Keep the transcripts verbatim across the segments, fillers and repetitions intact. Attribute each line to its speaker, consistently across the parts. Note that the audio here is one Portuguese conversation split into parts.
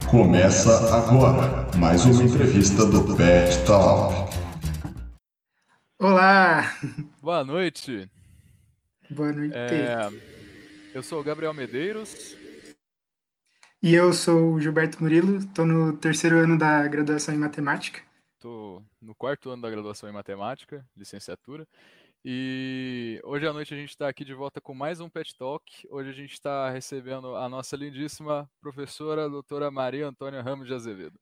Speaker 1: Começa agora mais uma entrevista do Pet Talk.
Speaker 2: Olá!
Speaker 3: Boa noite.
Speaker 2: Boa noite.
Speaker 3: É, eu sou o Gabriel Medeiros.
Speaker 2: E eu sou o Gilberto Murilo, estou no terceiro ano da graduação em matemática.
Speaker 3: Estou no quarto ano da graduação em matemática, licenciatura. E hoje à noite a gente está aqui de volta com mais um Pet Talk. Hoje a gente está recebendo a nossa lindíssima professora, a doutora Maria Antônia Ramos de Azevedo.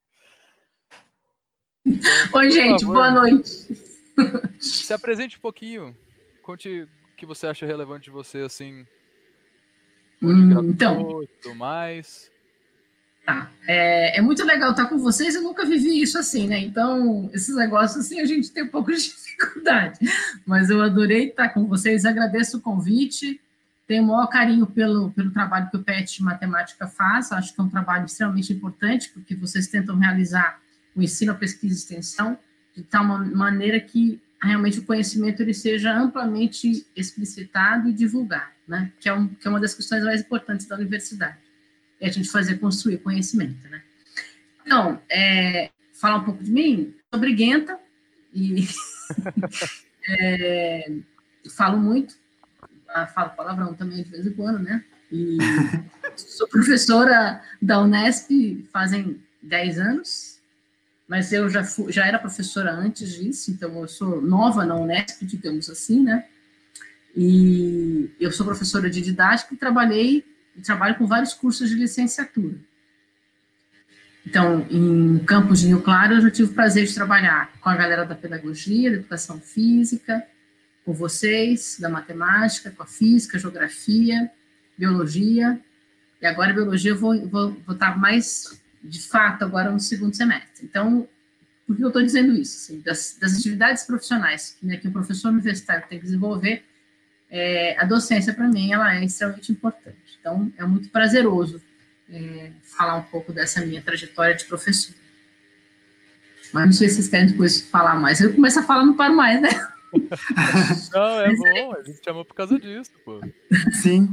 Speaker 4: Então, Oi, gente, favor, boa noite.
Speaker 3: Se apresente um pouquinho. Conte o que você acha relevante de você, assim.
Speaker 4: Hum, então,
Speaker 3: tudo mais.
Speaker 4: Tá. É, é muito legal estar com vocês, eu nunca vivi isso assim, né? Então, esses negócios assim, a gente tem um pouco de dificuldade. Mas eu adorei estar com vocês, agradeço o convite, tenho o maior carinho pelo, pelo trabalho que o Pet de Matemática faz, acho que é um trabalho extremamente importante, porque vocês tentam realizar o ensino, a pesquisa e extensão, de tal maneira que realmente o conhecimento ele seja amplamente explicitado e divulgado, né? Que é, um, que é uma das questões mais importantes da universidade. É a gente fazer construir conhecimento, né? Então, é, falar um pouco de mim, sou briguenta e é, falo muito, falo palavrão também de vez em quando, né? E sou professora da Unesp fazem dez anos, mas eu já, fui, já era professora antes disso, então eu sou nova na Unesp, digamos assim, né? E eu sou professora de didática e trabalhei e trabalho com vários cursos de licenciatura. Então, em Campos de Rio Claro, eu já tive o prazer de trabalhar com a galera da pedagogia, da educação física, com vocês, da matemática, com a física, geografia, biologia, e agora biologia eu vou, vou, vou estar mais, de fato, agora no segundo semestre. Então, por que eu estou dizendo isso? Assim, das, das atividades profissionais né, que o professor universitário tem que desenvolver, É, a docência, para mim, ela é extremamente importante. Então, é muito prazeroso é, falar um pouco dessa minha trajetória de professor. Mas não sei se vocês querem depois falar mais. Eu começo a falar, não paro mais, né?
Speaker 3: Não, é bom, a gente chamou por causa disso, pô.
Speaker 2: Sim.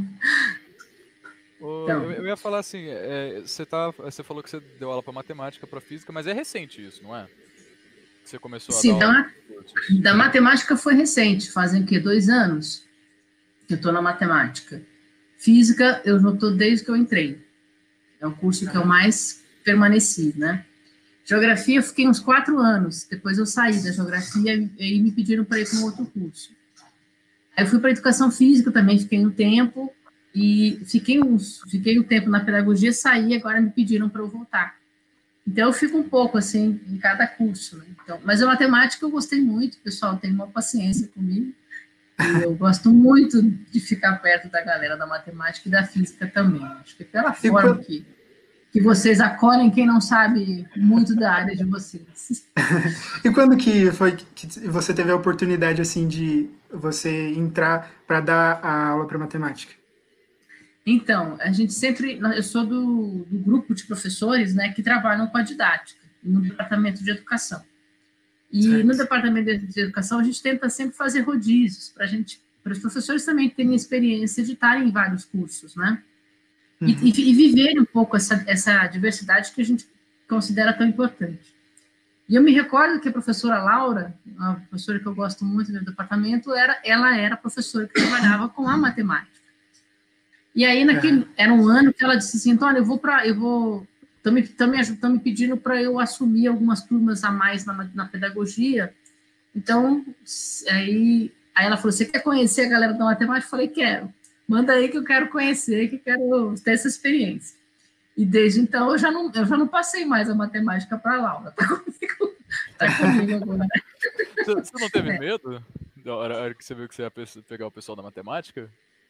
Speaker 3: O, então, eu, eu ia falar assim, é, você, tá, você falou que você deu aula para matemática, para física, mas é recente isso, não é? Você começou
Speaker 4: sim,
Speaker 3: a dar aula
Speaker 4: da, da matemática foi recente, fazem o quê? Dois anos? Eu estou na matemática. Física, eu não estou desde que eu entrei. É o curso que eu mais permaneci, né? Geografia, eu fiquei uns quatro anos. Depois eu saí da geografia e aí me pediram para ir para um outro curso. Aí eu fui para educação física também, fiquei um tempo. E fiquei, uns, fiquei um tempo na pedagogia, saí, agora me pediram para eu voltar. Então, eu fico um pouco, assim, em cada curso. Né? Então, mas a matemática eu gostei muito, o pessoal tem uma paciência comigo. E eu gosto muito de ficar perto da galera da matemática e da física também. Acho que pela forma quando... que, que vocês acolhem quem não sabe muito da área de vocês.
Speaker 2: E quando que foi que você teve a oportunidade assim de você entrar para dar a aula para matemática?
Speaker 4: Então, a gente sempre... Eu sou do, do grupo de professores né, que trabalham com a didática, no departamento de educação. E certo. No departamento de educação, a gente tenta sempre fazer rodízios para gente, para os professores também terem experiência de estarem em vários cursos, né? Uhum. E, e, e viverem um pouco essa, essa diversidade que a gente considera tão importante. E eu me recordo que a professora Laura, uma professora que eu gosto muito do departamento, era, ela era professora que trabalhava com a matemática. E aí, naquele, uhum. era um ano que ela disse assim, Antônio, eu vou para... Eu vou Estão me, me, me pedindo para eu assumir algumas turmas a mais na, na pedagogia. Então, aí, aí ela falou, você quer conhecer a galera da matemática? Eu falei, quero. Manda aí que eu quero conhecer, que eu quero ter essa experiência. E desde então, eu já não, eu já não passei mais a matemática para a Laura. Está comigo, tá comigo agora.
Speaker 3: Você, você não teve é. medo da hora que você viu que você ia pegar o pessoal da matemática?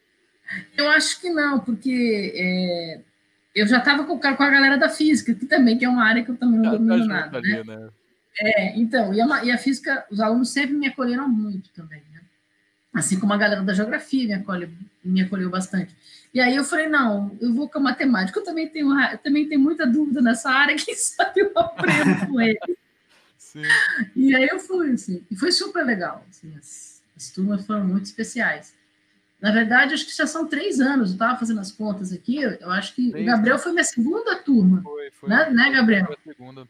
Speaker 4: Eu acho que não, porque... É, eu já estava com, com a galera da física, que também que é uma área que eu também não domino nada.
Speaker 3: Ali,
Speaker 4: né?
Speaker 3: né?
Speaker 4: É, então, e a, e a física, os alunos sempre me acolheram muito também, né? Assim como a galera da geografia me, acolhe, me acolheu bastante. E aí eu falei, não, eu vou com a matemática, eu também tenho, eu também tenho muita dúvida nessa área, quem sabe eu aprendo com ele.
Speaker 3: Sim.
Speaker 4: E aí eu fui, assim, e foi super legal. Assim, as, as turmas foram muito especiais. Na verdade, acho que já são três anos. Eu estava fazendo as contas aqui. Eu acho que três, o Gabriel foi minha segunda turma.
Speaker 3: Foi, foi.
Speaker 4: Né, né Gabriel?
Speaker 3: Foi a segunda.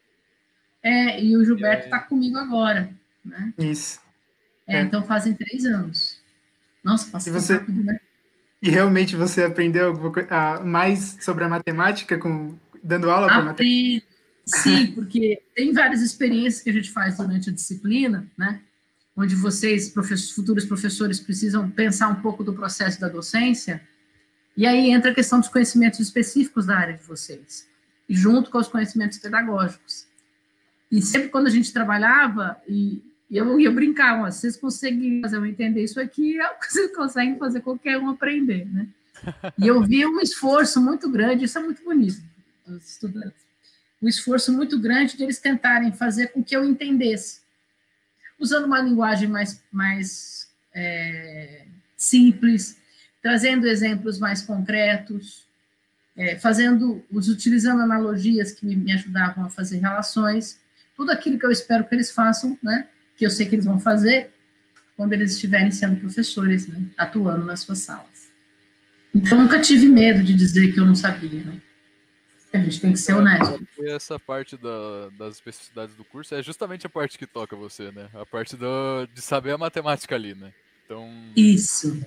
Speaker 4: É, e o Gilberto está comigo agora. Né?
Speaker 2: Isso.
Speaker 4: É,
Speaker 2: é.
Speaker 4: Então fazem três anos. Nossa, passou
Speaker 2: você...
Speaker 4: rápido, né?
Speaker 2: E realmente você aprendeu uh, mais sobre a matemática com dando aula para matemática?
Speaker 4: Sim, porque tem várias experiências que a gente faz durante a disciplina, né? Onde vocês, professores, futuros professores, precisam pensar um pouco do processo da docência, e aí entra a questão dos conhecimentos específicos da área de vocês, junto com os conhecimentos pedagógicos. E sempre quando a gente trabalhava, e eu ia brincar, ó, vocês conseguem fazer eu entender isso aqui, vocês conseguem fazer qualquer um aprender, né? E eu vi um esforço muito grande, isso é muito bonito, dos estudantes, um esforço muito grande de eles tentarem fazer com que eu entendesse, usando uma linguagem mais, mais é, simples, trazendo exemplos mais concretos, é, fazendo, utilizando analogias que me, me ajudavam a fazer relações, tudo aquilo que eu espero que eles façam, né, que eu sei que eles vão fazer quando eles estiverem sendo professores, né, atuando nas suas salas. Então, nunca tive medo de dizer que eu não sabia, né? A gente tem que ser honesto.
Speaker 3: E essa parte da, das especificidades do curso é justamente a parte que toca você, né? A parte do, de saber a matemática ali, né? Então...
Speaker 4: Isso.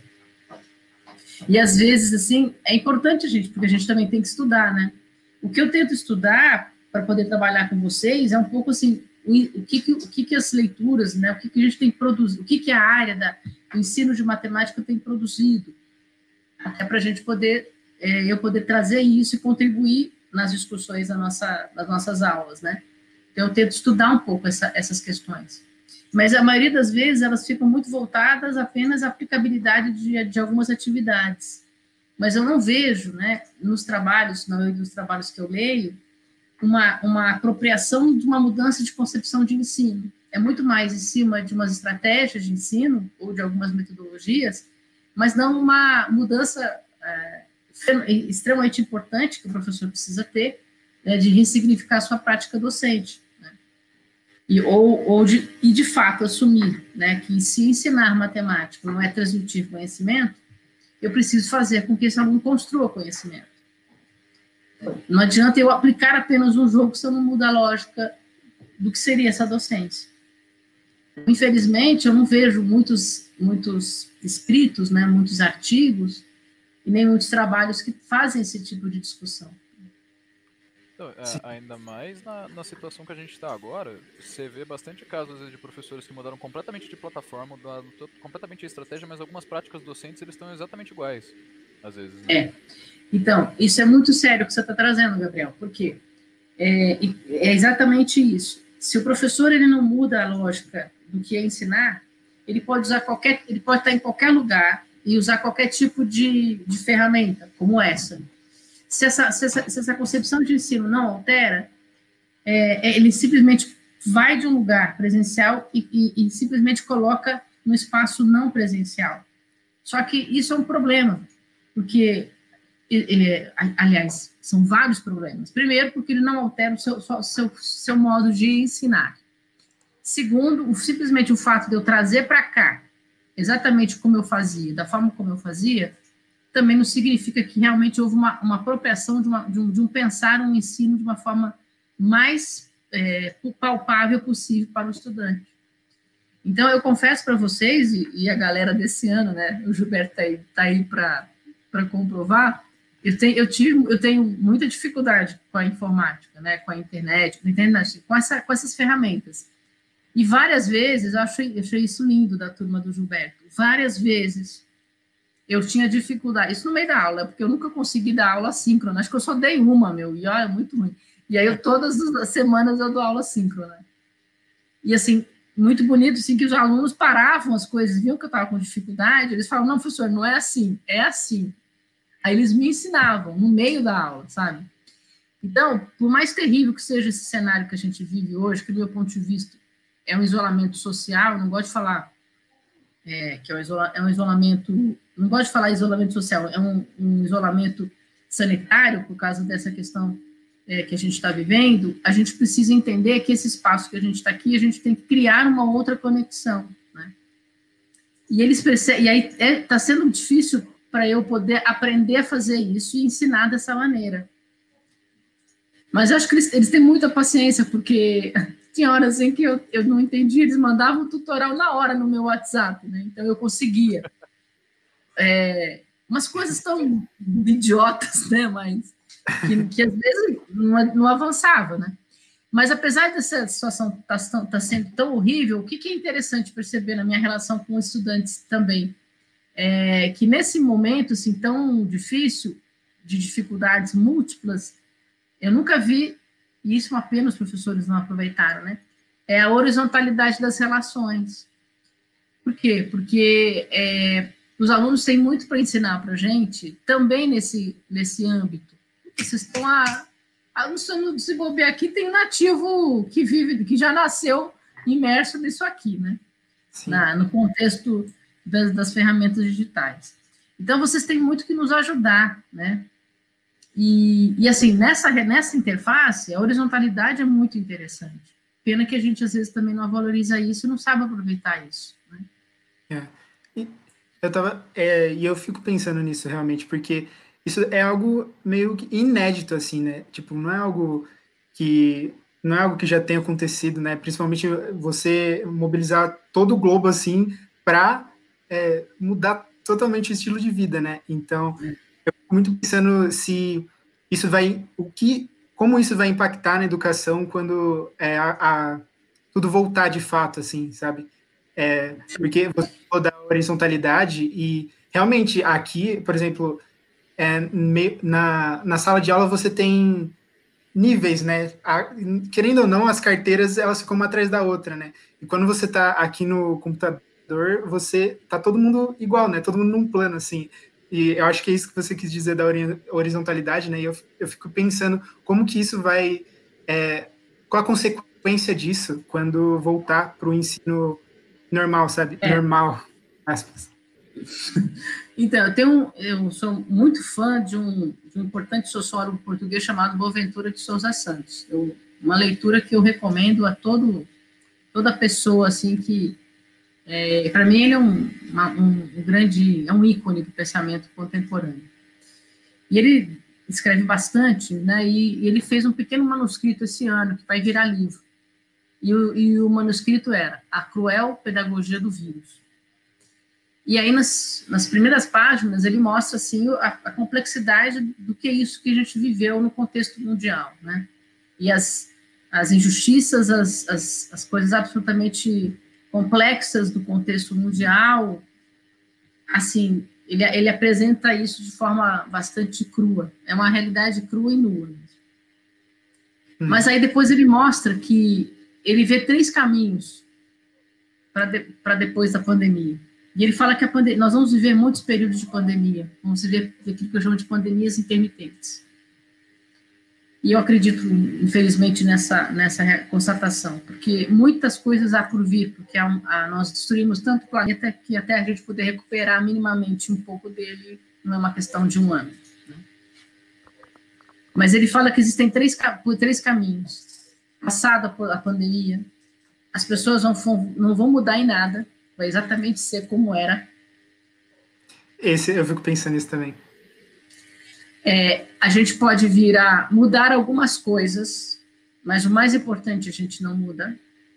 Speaker 4: E às vezes, assim, é importante a gente, porque a gente também tem que estudar, né? O que eu tento estudar para poder trabalhar com vocês é um pouco assim, o que que, o que, que as leituras, né? O que, que a gente tem produzido, o que, que a área da, do ensino de matemática tem produzido, até para a gente poder, é, eu poder trazer isso e contribuir nas discussões da nossa, das nossas aulas, né? Então, eu tento estudar um pouco essa, essas questões. Mas, a maioria das vezes, elas ficam muito voltadas apenas à aplicabilidade de, de algumas atividades. Mas eu não vejo, né, nos trabalhos, na maioria dos trabalhos que eu leio, uma, uma apropriação de uma mudança de concepção de ensino. É muito mais em cima de umas estratégias de ensino, ou de algumas metodologias, mas não uma mudança... É, extremamente importante que o professor precisa ter, né, de ressignificar a sua prática docente, né, e, ou, ou de, e de fato assumir, né, que se ensinar matemática não é transmitir conhecimento, eu preciso fazer com que esse aluno construa conhecimento. Não adianta eu aplicar apenas um jogo se eu não mudo a lógica do que seria essa docência. Infelizmente, eu não vejo muitos, muitos escritos, né, muitos artigos, e nem muitos trabalhos que fazem esse tipo de discussão.
Speaker 3: Então, é, ainda mais na, na situação que a gente está agora, você vê bastante casos de professores que mudaram completamente de plataforma, mudaram completamente de estratégia, mas algumas práticas docentes eles estão exatamente iguais, às vezes. Né?
Speaker 4: É. Então, isso é muito sério que você está trazendo, Gabriel, porque é, é exatamente isso. Se o professor ele não muda a lógica do que é ensinar, ele pode usar qualquer, ele pode estar em qualquer lugar e usar qualquer tipo de, de ferramenta, como essa. Se essa, se essa, se essa concepção de ensino não altera, é, ele simplesmente vai de um lugar presencial e, e, e simplesmente coloca no espaço não presencial. Só que isso é um problema, porque, é, aliás, são vários problemas. Primeiro, porque ele não altera o seu, seu, seu modo de ensinar. Segundo, simplesmente o fato de eu trazer para cá exatamente como eu fazia, da forma como eu fazia, também não significa que realmente houve uma, uma apropriação de, uma, de, um, de um pensar um ensino de uma forma mais é, palpável possível para o estudante. Então, eu confesso para vocês, e, e a galera desse ano, né, o Gilberto está aí, tá aí para comprovar, eu tenho, eu, tive, eu tenho muita dificuldade com a informática, né, com a internet, com, a internet com, essa, com essas ferramentas. E várias vezes, eu achei, eu achei isso lindo da turma do Gilberto, várias vezes eu tinha dificuldade, isso no meio da aula, porque eu nunca consegui dar aula síncrona, acho que eu só dei uma, meu, e olha, é muito ruim. E aí, eu, todas as semanas eu dou aula síncrona. E assim, muito bonito, assim, que os alunos paravam as coisas, viam que eu estava com dificuldade, eles falavam, não, professor, não é assim, é assim. Aí eles me ensinavam, no meio da aula, sabe? Então, por mais terrível que seja esse cenário que a gente vive hoje, que do meu ponto de vista é um isolamento social, eu não gosto de falar é, que é um, isola, é um isolamento, não gosto de falar isolamento social, é um, um isolamento sanitário, por causa dessa questão é, que a gente está vivendo, a gente precisa entender que esse espaço que a gente está aqui, a gente tem que criar uma outra conexão, né? E eles percebem, e aí está sendo difícil para eu poder aprender a fazer isso e ensinar dessa maneira. Mas eu acho que eles, eles têm muita paciência, porque tinha horas em que eu, eu não entendia, eles mandavam o tutorial na hora no meu WhatsApp, né? Então eu conseguia. É, umas coisas tão idiotas, né? Mas que, que às vezes não, não avançava, né? Mas apesar dessa situação estar tá sendo tão horrível, o que, que é interessante perceber na minha relação com os estudantes também? É que nesse momento assim, tão difícil, de dificuldades múltiplas, eu nunca vi, e isso é uma pena os professores não aproveitaram, né? É a horizontalidade das relações. Por quê? Porque é, os alunos têm muito para ensinar para a gente, também nesse, nesse âmbito. Vocês estão a... a se bobear aqui, tem nativo que vive, que já nasceu imerso nisso aqui, né? Na, no contexto das, das ferramentas digitais. Então, vocês têm muito que nos ajudar, né? E, e assim, nessa, nessa interface, a horizontalidade é muito interessante. Pena que a gente, às vezes, também não valoriza isso e não sabe aproveitar isso, né?
Speaker 2: É. E eu tava, é, e eu fico pensando nisso, realmente, porque isso é algo meio que inédito, assim, né? Tipo, não é algo que não é algo que já tenha acontecido, né? Principalmente você mobilizar todo o globo, assim, para é, mudar totalmente o estilo de vida, né? Então, eu fico muito pensando se isso vai, o que, como isso vai impactar na educação quando é, a, a, tudo voltar de fato, assim, sabe? É, porque você falou da horizontalidade e realmente aqui, por exemplo, é, na, na sala de aula você tem níveis, né? A, querendo ou não, as carteiras elas ficam uma atrás da outra, né? E quando você está aqui no computador, você tá todo mundo igual, né? Todo mundo num plano, assim. E eu acho que é isso que você quis dizer da horizontalidade, né? E eu, eu fico pensando como que isso vai... É, qual a consequência disso quando voltar para o ensino normal, sabe?
Speaker 4: É.
Speaker 2: Normal, aspas.
Speaker 4: Então, eu, tenho, eu sou muito fã de um, de um importante sociólogo português chamado Boaventura de Sousa Santos. Eu, uma leitura que eu recomendo a todo, toda pessoa, assim, que... É, para mim, ele é um, uma, um, um grande... É um ícone do pensamento contemporâneo. E ele escreve bastante, né? E, e ele fez um pequeno manuscrito esse ano, que vai virar livro. E o, e o manuscrito era A Cruel Pedagogia do Vírus. E aí, nas, nas primeiras páginas, ele mostra, assim, a, a complexidade do que é isso que a gente viveu no contexto mundial, né? E as, as injustiças, as, as, as coisas absolutamente complexas do contexto mundial, assim, ele, ele apresenta isso de forma bastante crua. É uma realidade crua e nua. Hum. Mas aí, depois, ele mostra que ele vê três caminhos para de, para depois da pandemia. E ele fala que a pandemia, nós vamos viver muitos períodos de pandemia, vamos viver aquilo que eu chamo de pandemias intermitentes. E eu acredito, infelizmente, nessa, nessa constatação, porque muitas coisas há por vir, porque a, a, nós destruímos tanto o planeta que até a gente poder recuperar minimamente um pouco dele não é uma questão de um ano. Né? Mas ele fala que existem três, três caminhos. Passada a pandemia, as pessoas não, não vão mudar em nada, vai exatamente ser como era.
Speaker 2: Esse, eu fico pensando nisso também.
Speaker 4: É, a gente pode vir a mudar algumas coisas, mas o mais importante a gente não muda.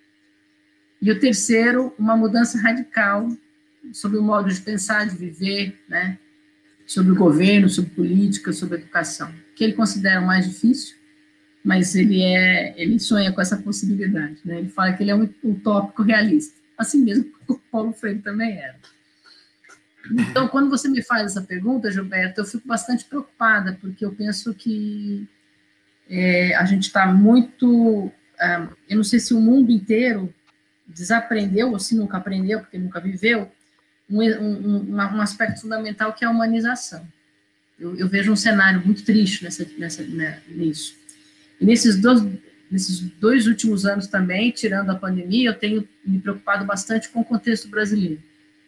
Speaker 4: E o terceiro, uma mudança radical sobre o modo de pensar, de viver, né? Sobre o governo, sobre política, sobre educação, que ele considera o mais difícil, mas ele, é, ele sonha com essa possibilidade, né? Ele fala que ele é um utópico realista. Assim mesmo o Paulo Freire também era. Então, quando você me faz essa pergunta, Gilberto, eu fico bastante preocupada, porque eu penso que é, a gente está muito... Ah, eu não sei se o mundo inteiro desaprendeu, ou se nunca aprendeu, porque nunca viveu, um, um, um aspecto fundamental que é a humanização. Eu, eu vejo um cenário muito triste nessa, nessa, né, nisso. E nesses dois... Nesses dois últimos anos também, tirando a pandemia, eu tenho me preocupado bastante com o contexto brasileiro.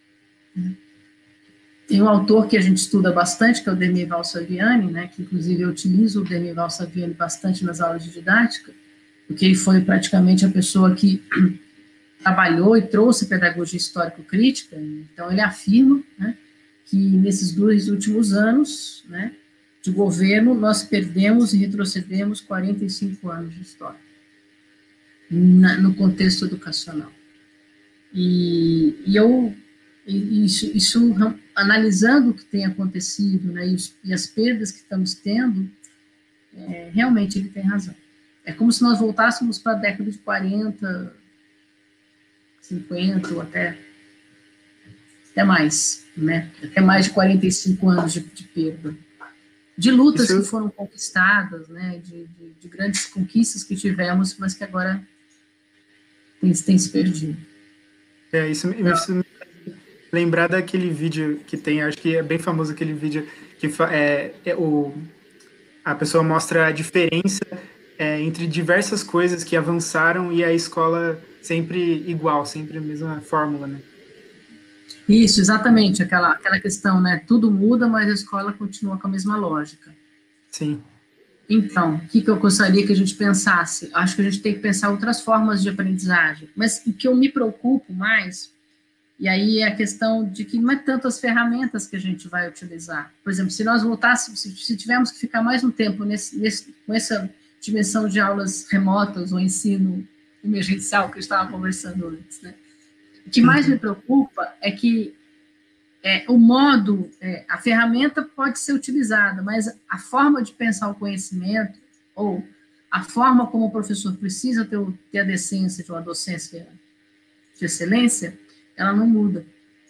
Speaker 4: Tem um autor que a gente estuda bastante, que é o Demival Saviani, né, que inclusive eu utilizo o Demival Saviani bastante nas aulas de didática, porque ele foi praticamente a pessoa que trabalhou e trouxe pedagogia histórico-crítica, então ele afirma, né, que nesses dois últimos anos, né, de governo, nós perdemos e retrocedemos quarenta e cinco anos de história, na, no contexto educacional. E, e eu, isso, isso, analisando o que tem acontecido, né, e, os, e as perdas que estamos tendo, é, realmente ele tem razão. É como se nós voltássemos para a década de quarenta, cinquenta, ou até, até mais, né? Até mais de quarenta e cinco anos de, de perda. De lutas Isso... que foram conquistadas, né? De, de, de grandes conquistas que tivemos, mas que agora tem, tem se perdido.
Speaker 2: É, isso me, isso me lembrar daquele vídeo que tem, acho que é bem famoso aquele vídeo que é, é o, a pessoa mostra a diferença é, entre diversas coisas que avançaram e a escola sempre igual, sempre a mesma fórmula, né?
Speaker 4: Isso, exatamente, aquela, aquela questão, né? Tudo muda, mas a escola continua com a mesma lógica.
Speaker 2: Sim.
Speaker 4: Então, o que, que eu gostaria que a gente pensasse? Acho que a gente tem que pensar outras formas de aprendizagem, mas o que eu me preocupo mais, e aí é a questão de que não é tanto as ferramentas que a gente vai utilizar. Por exemplo, se nós voltássemos, se, se tivermos que ficar mais um tempo nesse, nesse, com essa dimensão de aulas remotas ou ensino emergencial que eu estava conversando antes, né? O que mais me preocupa é que é, o modo, é, a ferramenta pode ser utilizada, mas a forma de pensar o conhecimento, ou a forma como o professor precisa ter, ter a decência de uma docência de excelência, ela não muda.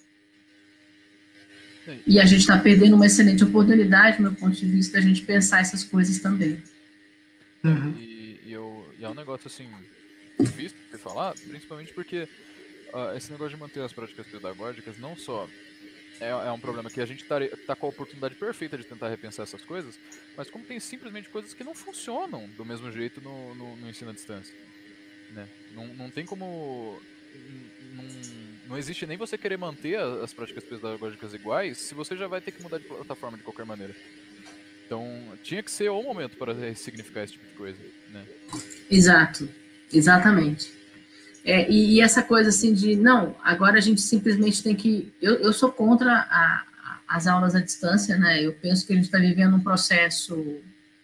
Speaker 4: E a gente está perdendo uma excelente oportunidade, do meu ponto de vista, da gente pensar essas coisas também.
Speaker 3: Uhum. E, e, eu, e é um negócio, assim, difícil de falar, principalmente porque uh, esse negócio de manter as práticas pedagógicas não só é, é um problema que a gente está tá com a oportunidade perfeita de tentar repensar essas coisas, mas como tem simplesmente coisas que não funcionam do mesmo jeito no, no, no ensino à distância, né? Não, não tem como... Não, não existe nem você querer manter as práticas pedagógicas iguais se você já vai ter que mudar de plataforma de qualquer maneira. Então, tinha que ser o momento para ressignificar esse tipo de coisa, né?
Speaker 4: Exato, exatamente. É, e, e essa coisa assim de, não, agora a gente simplesmente tem que... Eu, eu sou contra a, a, as aulas à distância, né? Eu penso que a gente está vivendo um processo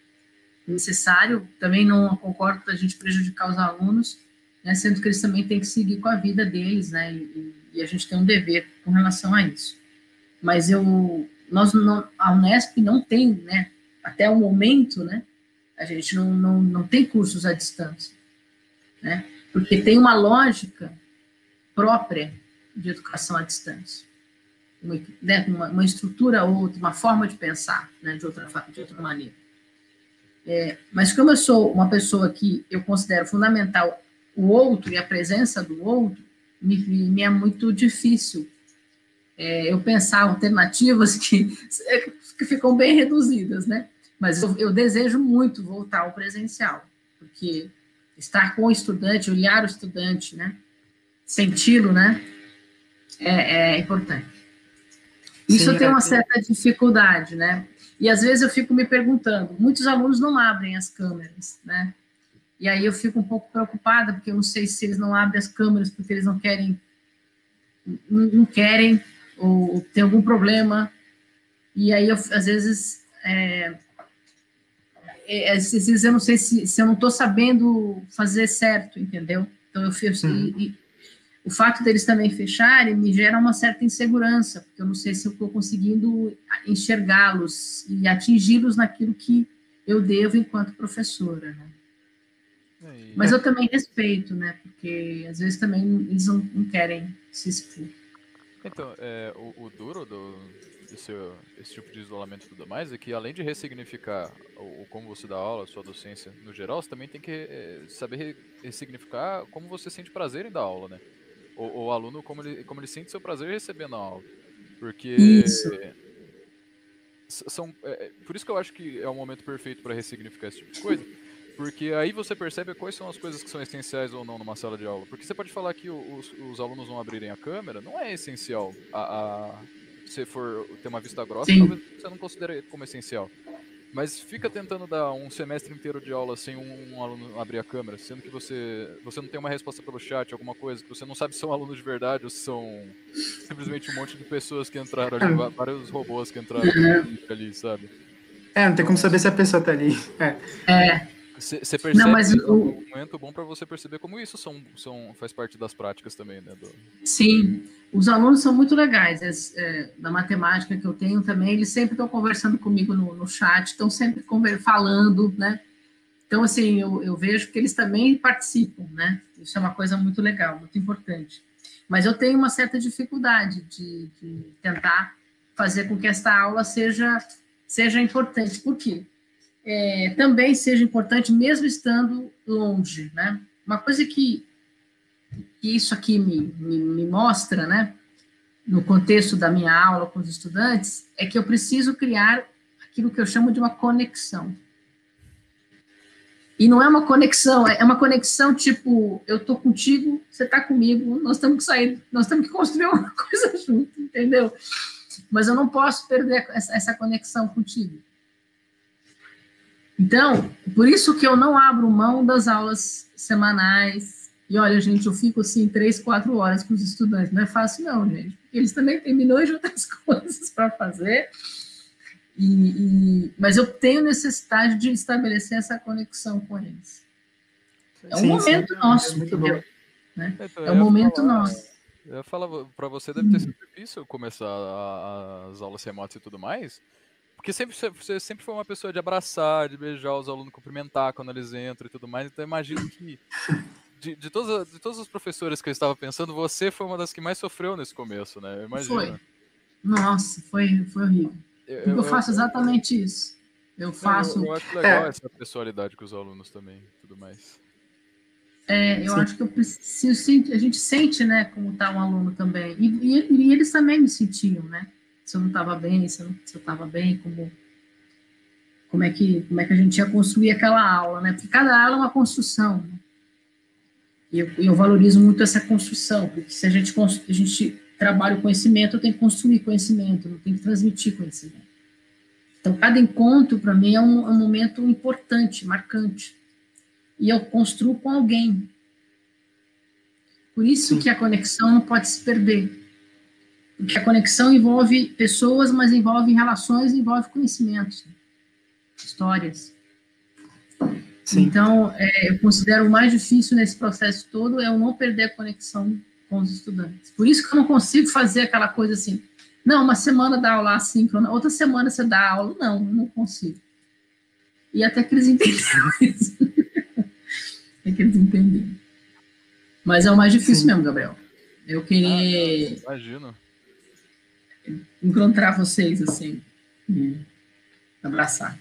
Speaker 4: necessário, também não concordo com a gente prejudicar os alunos, né, sendo que eles também têm que seguir com a vida deles, né? E, e a gente tem um dever com relação a isso. Mas eu... Nós não, a Unesp não tem, né, até o momento, né, a gente não, não, não tem cursos à distância, né, porque tem uma lógica própria de educação à distância, uma, né, uma, uma estrutura outra, uma forma de pensar, né, de, outra, de outra maneira. É, mas como eu sou uma pessoa que eu considero fundamental o outro e a presença do outro, me, me é muito difícil É, eu pensar alternativas que, que ficam bem reduzidas, né? Mas eu, eu desejo muito voltar ao presencial, porque estar com o estudante, olhar o estudante, né? Senti-lo, né? É, é importante. Isso Sim, eu tenho uma certa dificuldade, né? E às vezes eu fico me perguntando, muitos alunos não abrem as câmeras, né? E aí eu fico um pouco preocupada, porque eu não sei se eles não abrem as câmeras porque eles não querem, não, não querem, ou tem algum problema, e aí, eu, às vezes, é, é, às vezes eu não sei se, se eu não estou sabendo fazer certo, entendeu? Então, eu fiz, uhum. e, e, o fato deles também fecharem me gera uma certa insegurança, porque eu não sei se eu estou conseguindo enxergá-los e atingi-los naquilo que eu devo enquanto professora, né? É, Mas eu também respeito, né? Porque, às vezes, também eles não, não querem se expor.
Speaker 3: Então, é, o, o duro do, desse, desse tipo de isolamento e tudo mais é que, além de ressignificar o, o como você dá aula, a sua docência no geral, você também tem que é, saber ressignificar como você sente prazer em dar aula, né? O, o aluno, como ele, como ele sente seu prazer recebendo a aula. Porque...
Speaker 4: Isso.
Speaker 3: São, é, por isso que eu acho que é o momento perfeito para ressignificar esse tipo de coisa. Porque aí você percebe quais são as coisas que são essenciais ou não numa sala de aula. Porque você pode falar que os, os alunos não abrirem a câmera, não é essencial. A, a, se for ter uma vista grossa,
Speaker 4: Sim.
Speaker 3: talvez você não considere como essencial. Mas fica tentando dar um semestre inteiro de aula sem um, um aluno abrir a câmera, sendo que você, você não tem uma resposta pelo chat, alguma coisa, que você não sabe se são alunos de verdade ou se são simplesmente um monte de pessoas que entraram ali, va- vários robôs que entraram ali, sabe?
Speaker 2: É, não tem como saber se a pessoa tá ali. É.
Speaker 4: É,
Speaker 3: Você percebe
Speaker 4: não, mas
Speaker 3: isso, é
Speaker 4: o,
Speaker 3: um momento bom para você perceber como isso são, são, faz parte das práticas também, né? Do...
Speaker 4: sim, os alunos são muito legais, es- é, da matemática que eu tenho também, eles sempre estão conversando comigo no, no chat, estão sempre conver- falando, né? Então, assim, eu, eu vejo que eles também participam, né? Isso é uma coisa muito legal, muito importante. Mas eu tenho uma certa dificuldade de, de tentar fazer com que esta aula seja, seja importante. Por quê? É, também seja importante, mesmo estando longe, né? Uma coisa que, que isso aqui me, me, me mostra, né? No contexto da minha aula com os estudantes, é que eu preciso criar aquilo que eu chamo de uma conexão. E não é uma conexão, é uma conexão tipo, eu tô contigo, você tá comigo, nós temos que sair, nós temos que construir uma coisa junto, entendeu? Mas eu não posso perder essa, essa conexão contigo. Então, por isso que eu não abro mão das aulas semanais. E olha, gente, eu fico assim três, quatro horas com os estudantes. Não é fácil não, gente. Eles também têm milhões de outras coisas para fazer. E, e, mas eu tenho necessidade de estabelecer essa conexão com eles. É um
Speaker 2: Sim,
Speaker 4: momento
Speaker 2: sim,
Speaker 4: nosso,
Speaker 2: é muito
Speaker 4: entendeu?
Speaker 2: bom.
Speaker 4: Né?
Speaker 3: Então,
Speaker 4: É
Speaker 3: eu
Speaker 4: um
Speaker 3: ia
Speaker 4: momento
Speaker 3: falar,
Speaker 4: nosso.
Speaker 3: eu ia falar para você deve ter sido difícil começar a- a- as aulas remotas e tudo mais, porque sempre você você sempre foi uma pessoa de abraçar, de beijar os alunos, cumprimentar quando eles entram e tudo mais. Então eu imagino que de, de todos, a- de todos os professores que eu estava pensando, você foi uma das que mais sofreu nesse começo, né? Eu
Speaker 4: Foi.
Speaker 3: imagino.
Speaker 4: Nossa, foi, foi horrível.
Speaker 3: Eu,
Speaker 4: Porque eu
Speaker 3: eu, eu,
Speaker 4: faço exatamente isso. Eu
Speaker 3: não, eu,
Speaker 4: faço.
Speaker 3: eu acho legal
Speaker 2: É,
Speaker 3: essa pessoalidade com os alunos também, e tudo mais.
Speaker 4: É, eu
Speaker 2: sim,
Speaker 4: acho que eu preciso, sim, a gente sente, né, como está um aluno também. E, e, e eles também me sentiam, né? Se eu não estava bem, se eu não estava bem, como, como, é que, como é que a gente ia construir aquela aula, né? Porque cada aula é uma construção, né? E eu, eu valorizo muito essa construção, porque se a gente, cons- a gente trabalha o conhecimento, eu tenho que construir conhecimento, eu tenho que transmitir conhecimento. Então, cada encontro, para mim, é um, é um momento importante, marcante. E eu construo com alguém. Por isso
Speaker 2: sim,
Speaker 4: que a conexão não pode se perder. Porque a conexão envolve pessoas, mas envolve relações, envolve conhecimentos, histórias.
Speaker 2: sim.
Speaker 4: Então, é, eu considero o mais difícil nesse processo todo é eu não perder a conexão com os estudantes. Por isso que eu não consigo fazer aquela coisa assim, não, uma semana dá aula assíncrona, outra semana você dá aula. Não, eu não consigo. E até que eles entenderam isso. Até que eles entenderam. Mas é o mais difícil
Speaker 2: Sim.
Speaker 4: mesmo, Gabriel. Eu
Speaker 3: Ah,
Speaker 4: querer
Speaker 3: não, imagino.
Speaker 4: encontrar vocês, assim, e abraçar.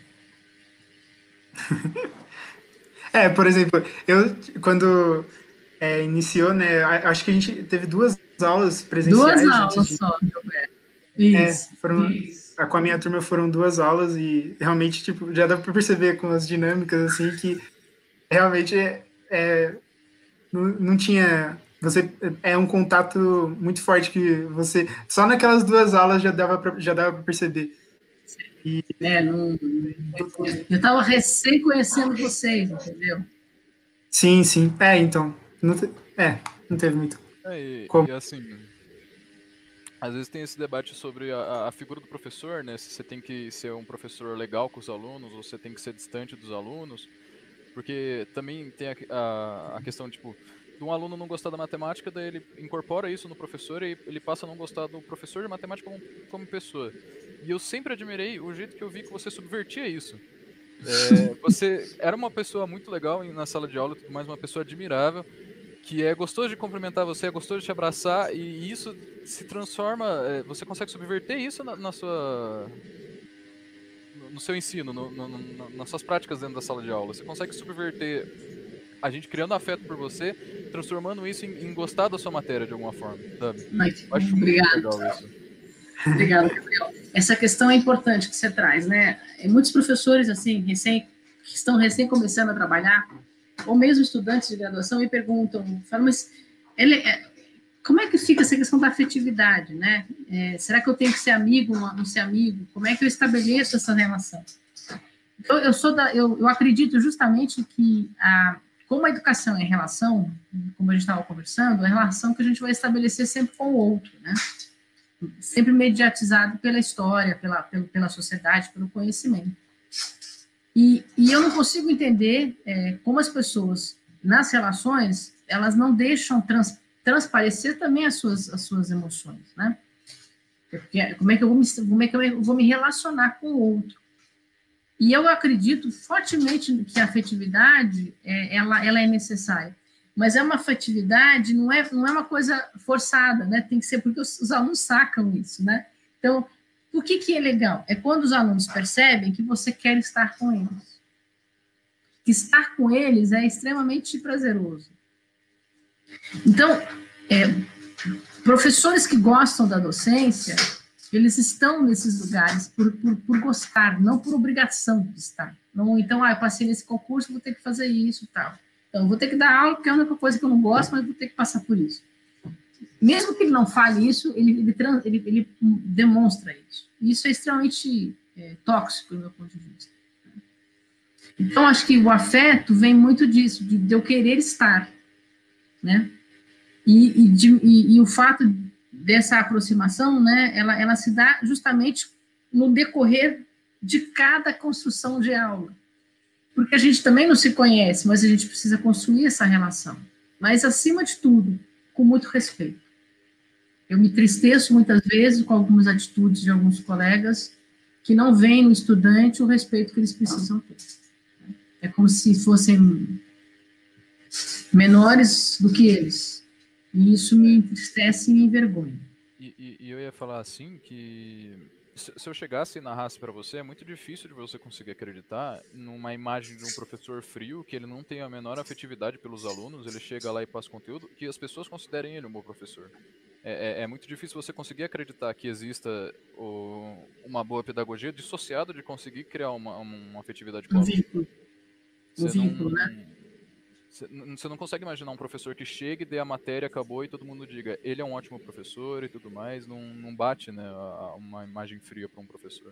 Speaker 2: É, por exemplo, eu, quando é, iniciou, né, a- acho que a gente teve duas aulas
Speaker 4: Duas
Speaker 2: presenciais antes
Speaker 4: aulas
Speaker 2: de...
Speaker 4: só, Gilberto.
Speaker 2: É,
Speaker 4: Isso.
Speaker 2: foram,
Speaker 4: Isso.
Speaker 2: a- com a minha turma foram duas aulas e realmente, tipo, já dá para perceber com as dinâmicas, assim, que realmente é, é, não, não tinha... Você, é um contato muito forte que você... Só naquelas duas aulas já dava pra, já dava para perceber. E,
Speaker 4: É, não, eu estava recém conhecendo vocês, entendeu?
Speaker 2: sim, sim. É, então, não, te- é, não teve muito
Speaker 3: É, e,
Speaker 2: como.
Speaker 3: e assim, às vezes tem esse debate sobre a, a figura do professor, né? Se você tem que ser um professor legal com os alunos, ou você tem que ser distante dos alunos, porque também tem a, a, a questão, tipo, de um aluno não gostar da matemática, daí ele incorpora isso no professor e ele passa a não gostar do professor de matemática como, como pessoa. E eu sempre admirei o jeito que eu vi que você subvertia isso. É, você era uma pessoa muito legal em- na sala de aula, tudo mais, uma pessoa admirável, que é gostoso de cumprimentar você, é gostoso de te abraçar, e isso se transforma, é, você consegue subverter isso na, na sua, no, no seu ensino, no, no, no, nas suas práticas dentro da sala de aula. Você consegue subverter a gente criando afeto por você, transformando isso em, em gostar da sua matéria de alguma forma, sabe?
Speaker 4: Mas,
Speaker 3: Eu acho muito
Speaker 4: obrigado.
Speaker 3: legal isso.
Speaker 4: Obrigada, Gabriel. Essa questão é importante que você traz, né? E muitos professores, assim, recém, que estão recém começando a trabalhar, ou mesmo estudantes de graduação, me perguntam, falam, mas ele, é, como é que fica essa questão da afetividade, né? É, será que eu tenho que ser amigo, não, não ser amigo? Como é que eu estabeleço essa relação? Eu, eu, sou da, eu, eu acredito justamente que, a, como a educação é relação, como a gente estava conversando, é a relação que a gente vai estabelecer sempre com o outro, né? Sempre mediatizado pela história, pela, pela, pela sociedade, pelo conhecimento. E, e eu não consigo entender é, como as pessoas, nas relações, elas não deixam trans, transparecer também as suas, as suas emoções, né? Porque, como é que eu vou me, como é que eu vou me relacionar com o outro? E eu acredito fortemente que a afetividade, é, ela, ela é necessária. Mas é uma afetividade, não é, não é uma coisa forçada, né? Tem que ser porque os, os alunos sacam isso, né? Então, o que, que é legal? É quando os alunos percebem que você quer estar com eles. Que estar com eles é extremamente prazeroso. Então, é, professores que gostam da docência, eles estão nesses lugares por, por, por gostar, não por obrigação de estar. Não, então, ah, eu passei nesse concurso, vou ter que fazer isso e tal. Então, vou ter que dar aula, porque é a única coisa que eu não gosto, mas vou ter que passar por isso. Mesmo que ele não fale isso, ele, ele, ele, ele demonstra isso. E isso é extremamente é, tóxico, do meu ponto de vista. Então, acho que o afeto vem muito disso, de, de eu querer estar, né? E, e, de, e, e o fato dessa aproximação, né, ela, ela se dá justamente no decorrer de cada construção de aula. Porque a gente também não se conhece, mas a gente precisa construir essa relação. Mas, acima de tudo, com muito respeito. Eu me entristeço muitas vezes com algumas atitudes de alguns colegas que não veem no estudante o respeito que eles precisam ter. É como se fossem menores do que eles. E isso me entristece e me envergonha.
Speaker 3: E, e, e eu ia falar assim que se, se eu chegasse e narrasse para você, é muito difícil de você conseguir acreditar numa imagem de um professor frio, que ele não tem a menor afetividade pelos alunos, ele chega lá e passa conteúdo, que as pessoas considerem ele um bom professor. É, é, é muito difícil você conseguir acreditar que exista o, uma boa pedagogia dissociada de conseguir criar uma, uma afetividade com o aluno.
Speaker 4: Um vínculo. Um vínculo, né?
Speaker 3: Você não consegue imaginar um professor que chega e dê a matéria, acabou, e todo mundo diga, ele é um ótimo professor e tudo mais, não, não bate, né, uma imagem fria para um professor.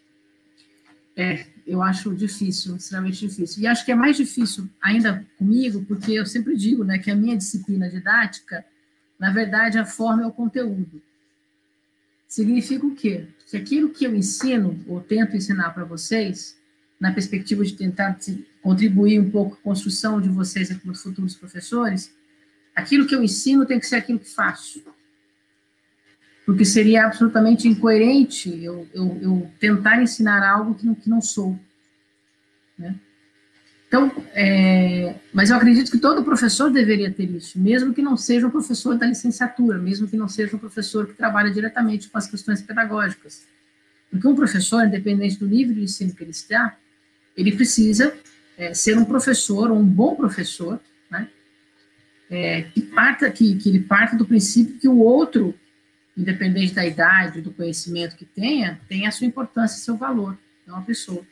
Speaker 4: É, eu acho difícil, extremamente difícil. E acho que é mais difícil ainda comigo, porque eu sempre digo, né, que a minha disciplina didática, na verdade, a forma é o conteúdo. Significa o quê? Que aquilo que eu ensino, ou tento ensinar para vocês, na perspectiva de tentar contribuir um pouco com a construção de vocês como futuros professores, aquilo que eu ensino tem que ser aquilo que faço. Porque seria absolutamente incoerente eu, eu, eu tentar ensinar algo que não, que não sou. Né? Então, é, mas eu acredito que todo professor deveria ter isso, mesmo que não seja um professor da licenciatura, mesmo que não seja um professor que trabalha diretamente com as questões pedagógicas. Porque um professor, independente do nível de ensino que ele está, ele precisa é, ser um professor, ou um bom professor, né? É, que, parta, que, que ele parta do princípio que o outro, independente da idade, do conhecimento que tenha, tem a sua importância e seu valor, é uma pessoa.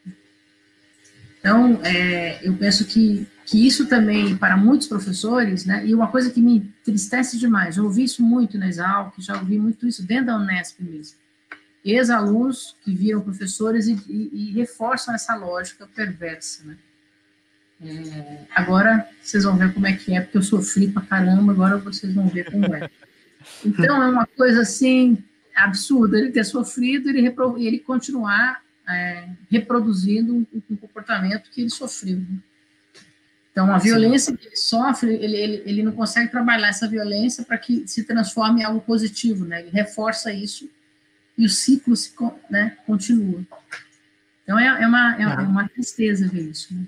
Speaker 4: Então, é, eu penso que, que isso também, para muitos professores, né, e uma coisa que me entristece demais, eu ouvi isso muito na Exalc, já ouvi muito isso dentro da Unesp mesmo, ex-alunos que viram professores e, e, e reforçam essa lógica perversa, né? É, agora, vocês vão ver como é que é, porque eu sofri pra caramba, agora vocês vão ver como é. Então, é uma coisa, assim, absurda, ele ter sofrido e ele, repro, ele continuar é, reproduzindo um, um comportamento que ele sofreu. Né? Então, a violência Sim. que ele sofre, ele, ele, ele não consegue trabalhar essa violência para que se transforme em algo positivo, né? Ele reforça isso e o ciclo se, né, continua. Então, é, é, uma, é, é uma tristeza ver isso. Né?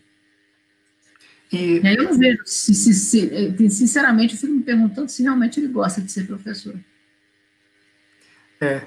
Speaker 4: E, e aí eu não vejo, se, se, se, sinceramente, eu fico me perguntando se realmente ele gosta de ser professor.
Speaker 2: É.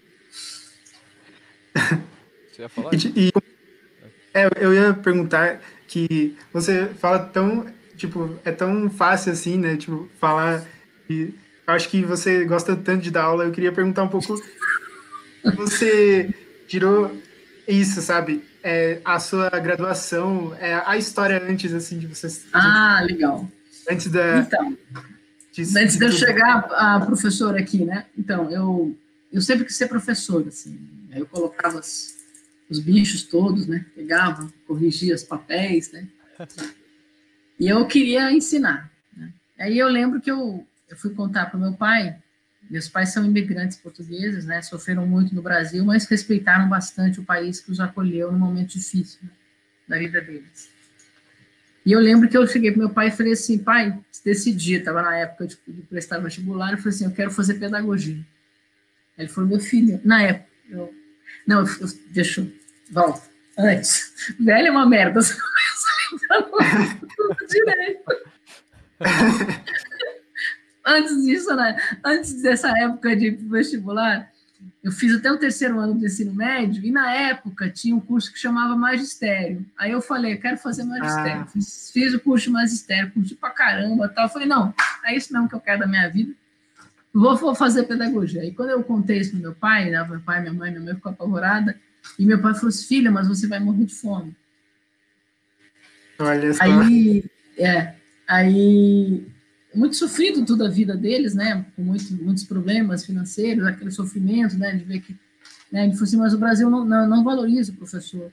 Speaker 3: Você ia falar?
Speaker 2: E, e, é, eu ia perguntar que você fala tão, tipo, é tão fácil assim, né, tipo, falar, e acho que você gosta tanto de dar aula, eu queria perguntar um pouco, você tirou isso, sabe, é, a sua graduação, é, a história antes, assim, de você...
Speaker 4: Ah, de, legal.
Speaker 2: Antes da...
Speaker 4: Então,
Speaker 2: de,
Speaker 4: antes
Speaker 2: de,
Speaker 4: de eu
Speaker 2: de
Speaker 4: chegar a professora aqui, né, então, eu, eu sempre quis ser professora, assim, eu colocava as... os bichos todos, né? Pegava, corrigia os papéis, né? E eu queria ensinar, né? Aí eu lembro que eu, eu fui contar para o meu pai. Meus pais são imigrantes portugueses, né? Sofreram muito no Brasil, mas respeitaram bastante o país que os acolheu num momento difícil, né, da vida deles. E eu lembro que eu cheguei para meu pai e falei assim, pai, se decidir, estava na época de, de prestar vestibular, eu falei assim, eu quero fazer pedagogia. Ele falou, meu filho, na época, eu, não, eu, eu, deixa eu, volta, antes, velho é uma merda, você começa a lembrar tudo direito. Antes disso, né? Antes dessa época de vestibular, eu fiz até o terceiro ano do ensino médio, e na época tinha um curso que chamava magistério. Aí eu falei, quero fazer magistério. Ah. Fiz, fiz o curso de magistério, curti pra caramba, tal. Eu falei, não, é isso mesmo que eu quero da minha vida. Vou, vou fazer pedagogia. E quando eu contei isso pro meu pai, né, meu pai, minha mãe, minha mãe ficou apavorada, e meu pai falou assim, filha, mas você vai morrer de fome.
Speaker 2: Olha só.
Speaker 4: Aí, é, aí... muito sofrido toda a vida deles, né, com muito, muitos problemas financeiros, aquele sofrimento, né, de ver que, né, ele falou assim, mas o Brasil não, não, não valoriza o professor.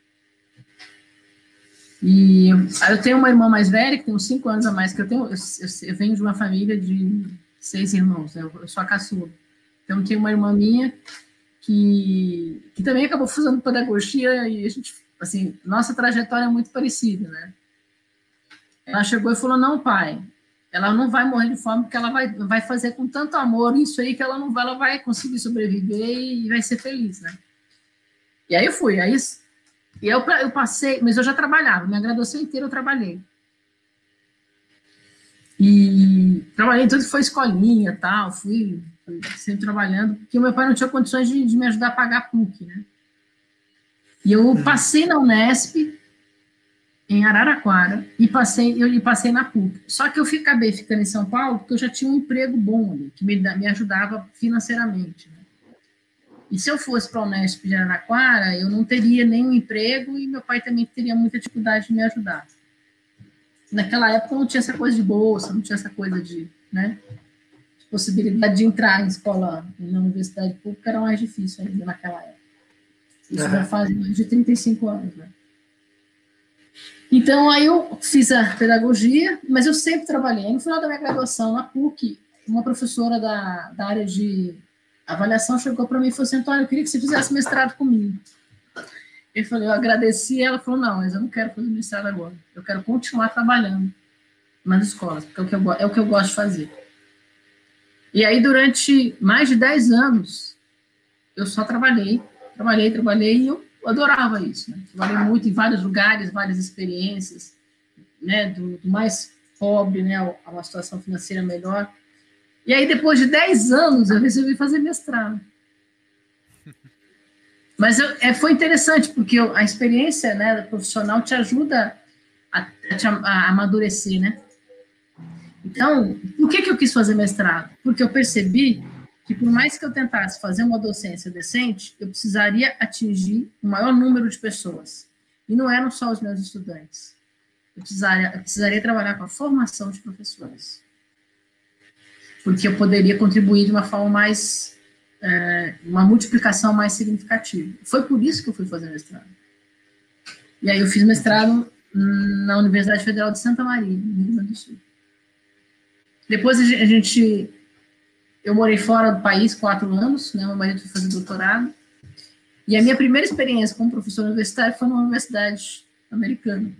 Speaker 4: E eu tenho uma irmã mais velha, que tem uns cinco anos a mais que eu tenho, eu, eu, eu venho de uma família de seis irmãos, né, eu sou a caçula. Então, tem uma irmã minha que, que também acabou fazendo pedagogia e a gente, assim, nossa trajetória é muito parecida, né. Ela chegou e falou, não, pai, ela não vai morrer de fome, porque ela vai, vai fazer com tanto amor isso aí que ela não vai, ela vai conseguir sobreviver e vai ser feliz, né? E aí eu fui, aí e eu, eu passei, mas eu já trabalhava, minha graduação inteira eu trabalhei. E trabalhei tudo que foi escolinha, tal, fui, fui sempre trabalhando, porque o meu pai não tinha condições de, de me ajudar a pagar a P U C, né? E eu passei na Unesp, em Araraquara, e passei, eu passei na P U C. Só que eu acabei ficando em São Paulo, porque eu já tinha um emprego bom ali, que me, me ajudava financeiramente, né? E se eu fosse para a Unesp de Araraquara, eu não teria nenhum emprego e meu pai também teria muita dificuldade de me ajudar. Naquela época não tinha essa coisa de bolsa, não tinha essa coisa de, né, de possibilidade de entrar em escola, na universidade pública era mais difícil ainda naquela época. Isso uhum. já faz mais de trinta e cinco anos, né? Então, aí eu fiz a pedagogia, mas eu sempre trabalhei. Aí, no final da minha graduação, na P U C, uma professora da, da área de avaliação chegou para mim e falou assim, Antônio, eu queria que você fizesse mestrado comigo. Eu falei, eu agradeci, ela falou, não, mas eu não quero fazer mestrado agora, eu quero continuar trabalhando nas escolas, porque é o que eu, é o que eu gosto de fazer. E aí, durante mais de dez anos, eu só trabalhei, trabalhei, trabalhei, e eu adorava isso, né? Trabalhei muito em vários lugares, várias experiências, né, do, do mais pobre, né, a uma situação financeira melhor. E aí, depois de dez anos, eu resolvi fazer mestrado. Mas eu, é, foi interessante, porque eu, a experiência, né, profissional te ajuda a, a, te, a amadurecer, né? Então, por que, que eu quis fazer mestrado? Porque eu percebi que, por mais que eu tentasse fazer uma docência decente, eu precisaria atingir o maior número de pessoas. E não eram só os meus estudantes. Eu precisaria, eu precisaria trabalhar com a formação de professores. Porque eu poderia contribuir de uma forma mais, é, uma multiplicação mais significativa. Foi por isso que eu fui fazer mestrado. E aí eu fiz mestrado na Universidade Federal de Santa Maria, no Rio Grande do Sul. Depois a gente, eu morei fora do país quatro anos, né, meu marido foi fazer doutorado, e a minha primeira experiência como professor universitário foi numa universidade americana.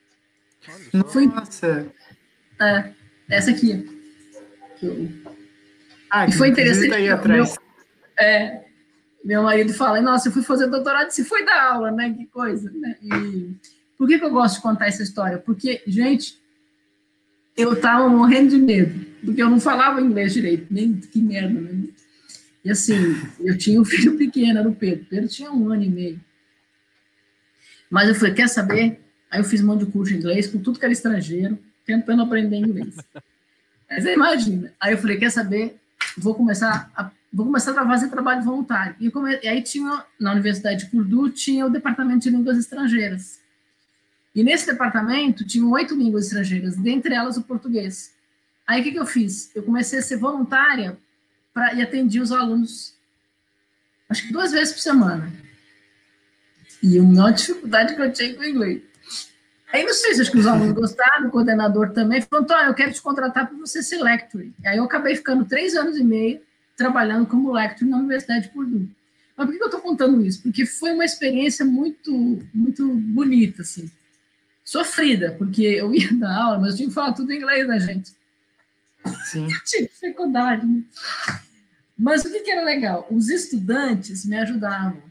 Speaker 2: Nossa!
Speaker 4: Foi, é, essa aqui. Eu,
Speaker 2: ah,
Speaker 4: e foi interessante.
Speaker 2: Tá aí atrás.
Speaker 4: Meu, é, meu marido fala, nossa, eu fui fazer doutorado, se foi dar aula, né? Que coisa, né? E por que, que eu gosto de contar essa história? Porque, gente, eu tava morrendo de medo, porque eu não falava inglês direito, nem que merda, né? E assim, eu tinha um filho pequeno, era o Pedro. Pedro tinha um ano e meio. Mas eu falei, quer saber? Aí eu fiz um monte de curso de inglês, com tudo que era estrangeiro, tentando aprender inglês. Mas você imagina. Aí eu falei, quer saber? Vou começar a, vou começar a fazer trabalho voluntário. E, come, e aí tinha, na Universidade de Purdue, tinha o Departamento de Línguas Estrangeiras. E nesse departamento, tinham oito línguas estrangeiras, dentre elas o português. Aí o que, que eu fiz? Eu comecei a ser voluntária pra, e atendi os alunos, acho que duas vezes por semana. E uma dificuldade que eu tinha com o inglês. Aí não sei se acho que os alunos gostaram, o coordenador também, falou, Antônio, eu quero te contratar para você ser lecturer. Aí eu acabei ficando três anos e meio trabalhando como lecturer na Universidade de Purdue. Mas por que eu estou contando isso? Porque foi uma experiência muito, muito bonita, assim. Sofrida, porque eu ia dar aula, mas eu tinha que falar tudo em inglês, né, gente?
Speaker 2: Sim.
Speaker 4: Eu tinha dificuldade, né? Mas o que, que era legal? Os estudantes me ajudavam.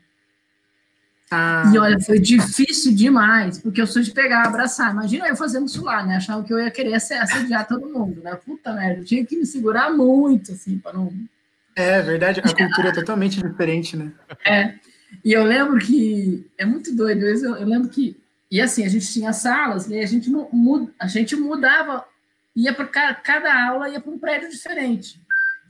Speaker 2: Ah,
Speaker 4: E olha, foi difícil demais, porque eu sou de pegar, abraçar. Imagina eu fazendo isso lá, né? Achava que eu ia querer assediar todo mundo, né? Puta merda, eu tinha que me segurar muito, assim, para não.
Speaker 2: é verdade, a cultura é totalmente diferente, né?
Speaker 4: É. E eu lembro que. É muito doido, eu, eu lembro que. E assim, a gente tinha salas, e a gente, muda, a gente mudava, ia para cada aula, ia para um prédio diferente.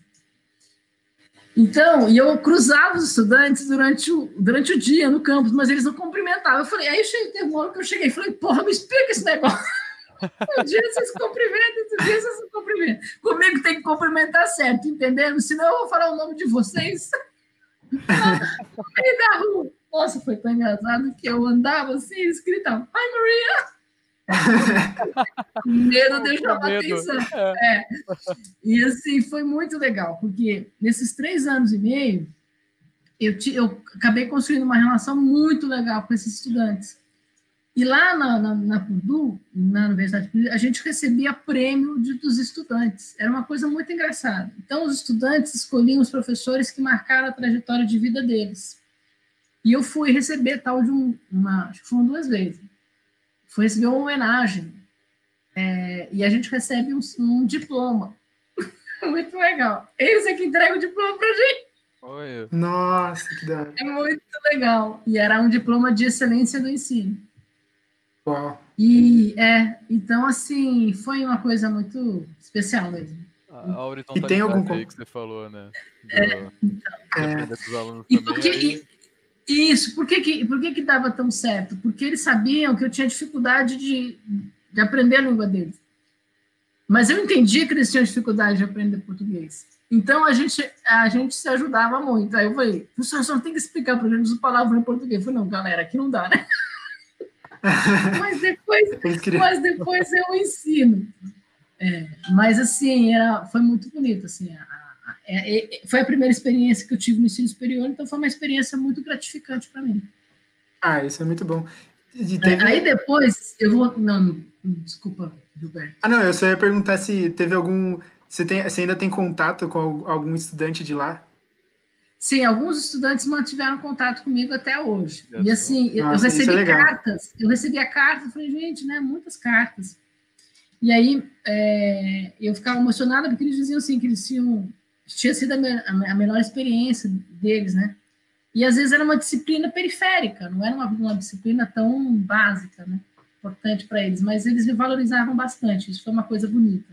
Speaker 4: Então, e eu cruzava os estudantes durante o, durante o dia no campus, mas eles não cumprimentavam. Eu falei, aí cheguei, teve uma hora que eu cheguei e falei, porra, me explica esse negócio. Um dia vocês cumprimentam, outro dia vocês não cumprimentam. Comigo tem que cumprimentar certo, entendendo? Senão eu vou falar o nome de vocês no meio da rua. Nossa, foi tão engraçado que eu andava assim, eles gritavam, ai, Maria! Com medo de eu chamar atenção. É. E assim, foi muito legal, porque nesses três anos e meio, eu, te, eu acabei construindo uma relação muito legal com esses estudantes. E lá na, na, na Purdue, na Universidade de Purdue, a gente recebia prêmio de, dos estudantes. Era uma coisa muito engraçada. Então, os estudantes escolhiam os professores que marcaram a trajetória de vida deles. E eu fui receber tal de um, uma, acho que foram duas vezes. Fui receber uma homenagem. É, e a gente recebe um, um diploma. Muito legal. Eles é que entregam o diploma pra gente.
Speaker 3: Oi.
Speaker 2: Nossa, que da hora.
Speaker 4: É muito legal. E era um diploma de excelência do ensino.
Speaker 2: Uau.
Speaker 4: E, é, então, assim, foi uma coisa muito especial mesmo.
Speaker 3: A, a
Speaker 2: E tem algum
Speaker 3: aí que você falou, né? Do,
Speaker 4: É,
Speaker 3: de
Speaker 2: é.
Speaker 3: aprender com os alunos
Speaker 4: E
Speaker 3: também.
Speaker 4: por que,
Speaker 3: aí...
Speaker 4: e, isso, por que, que, por que que dava tão certo? Porque eles sabiam que eu tinha dificuldade de, de aprender a língua deles. Mas eu entendia que eles tinham dificuldade de aprender português. Então, a gente, a gente se ajudava muito. Aí eu falei, professor, só tem que explicar para a gente as palavras em português. Eu falei, não, galera, aqui não dá, né? mas, depois, mas depois eu ensino. É, mas, assim, era, foi muito bonito. Assim, a, a, a, foi a primeira experiência que eu tive no ensino superior, então foi uma experiência muito gratificante para mim.
Speaker 2: Ah, isso é muito bom. E teve...
Speaker 4: Aí depois, eu vou... Não, desculpa, Gilberto.
Speaker 2: Ah, não, eu só ia perguntar se teve algum... Você, tem, você ainda tem contato com algum estudante de lá?
Speaker 4: Sim, alguns estudantes mantiveram contato comigo até hoje.
Speaker 3: Eu
Speaker 4: e assim,
Speaker 2: Nossa,
Speaker 4: eu recebi
Speaker 2: é
Speaker 4: cartas, eu recebia cartas, falei, gente, né, muitas cartas. E aí, é, eu ficava emocionada, porque eles diziam assim, que eles tinham, tinha sido a, me, a melhor experiência deles, né? E às vezes era uma disciplina periférica, não era uma, uma disciplina tão básica, né? Importante para eles, mas eles me valorizavam bastante, isso foi uma coisa bonita.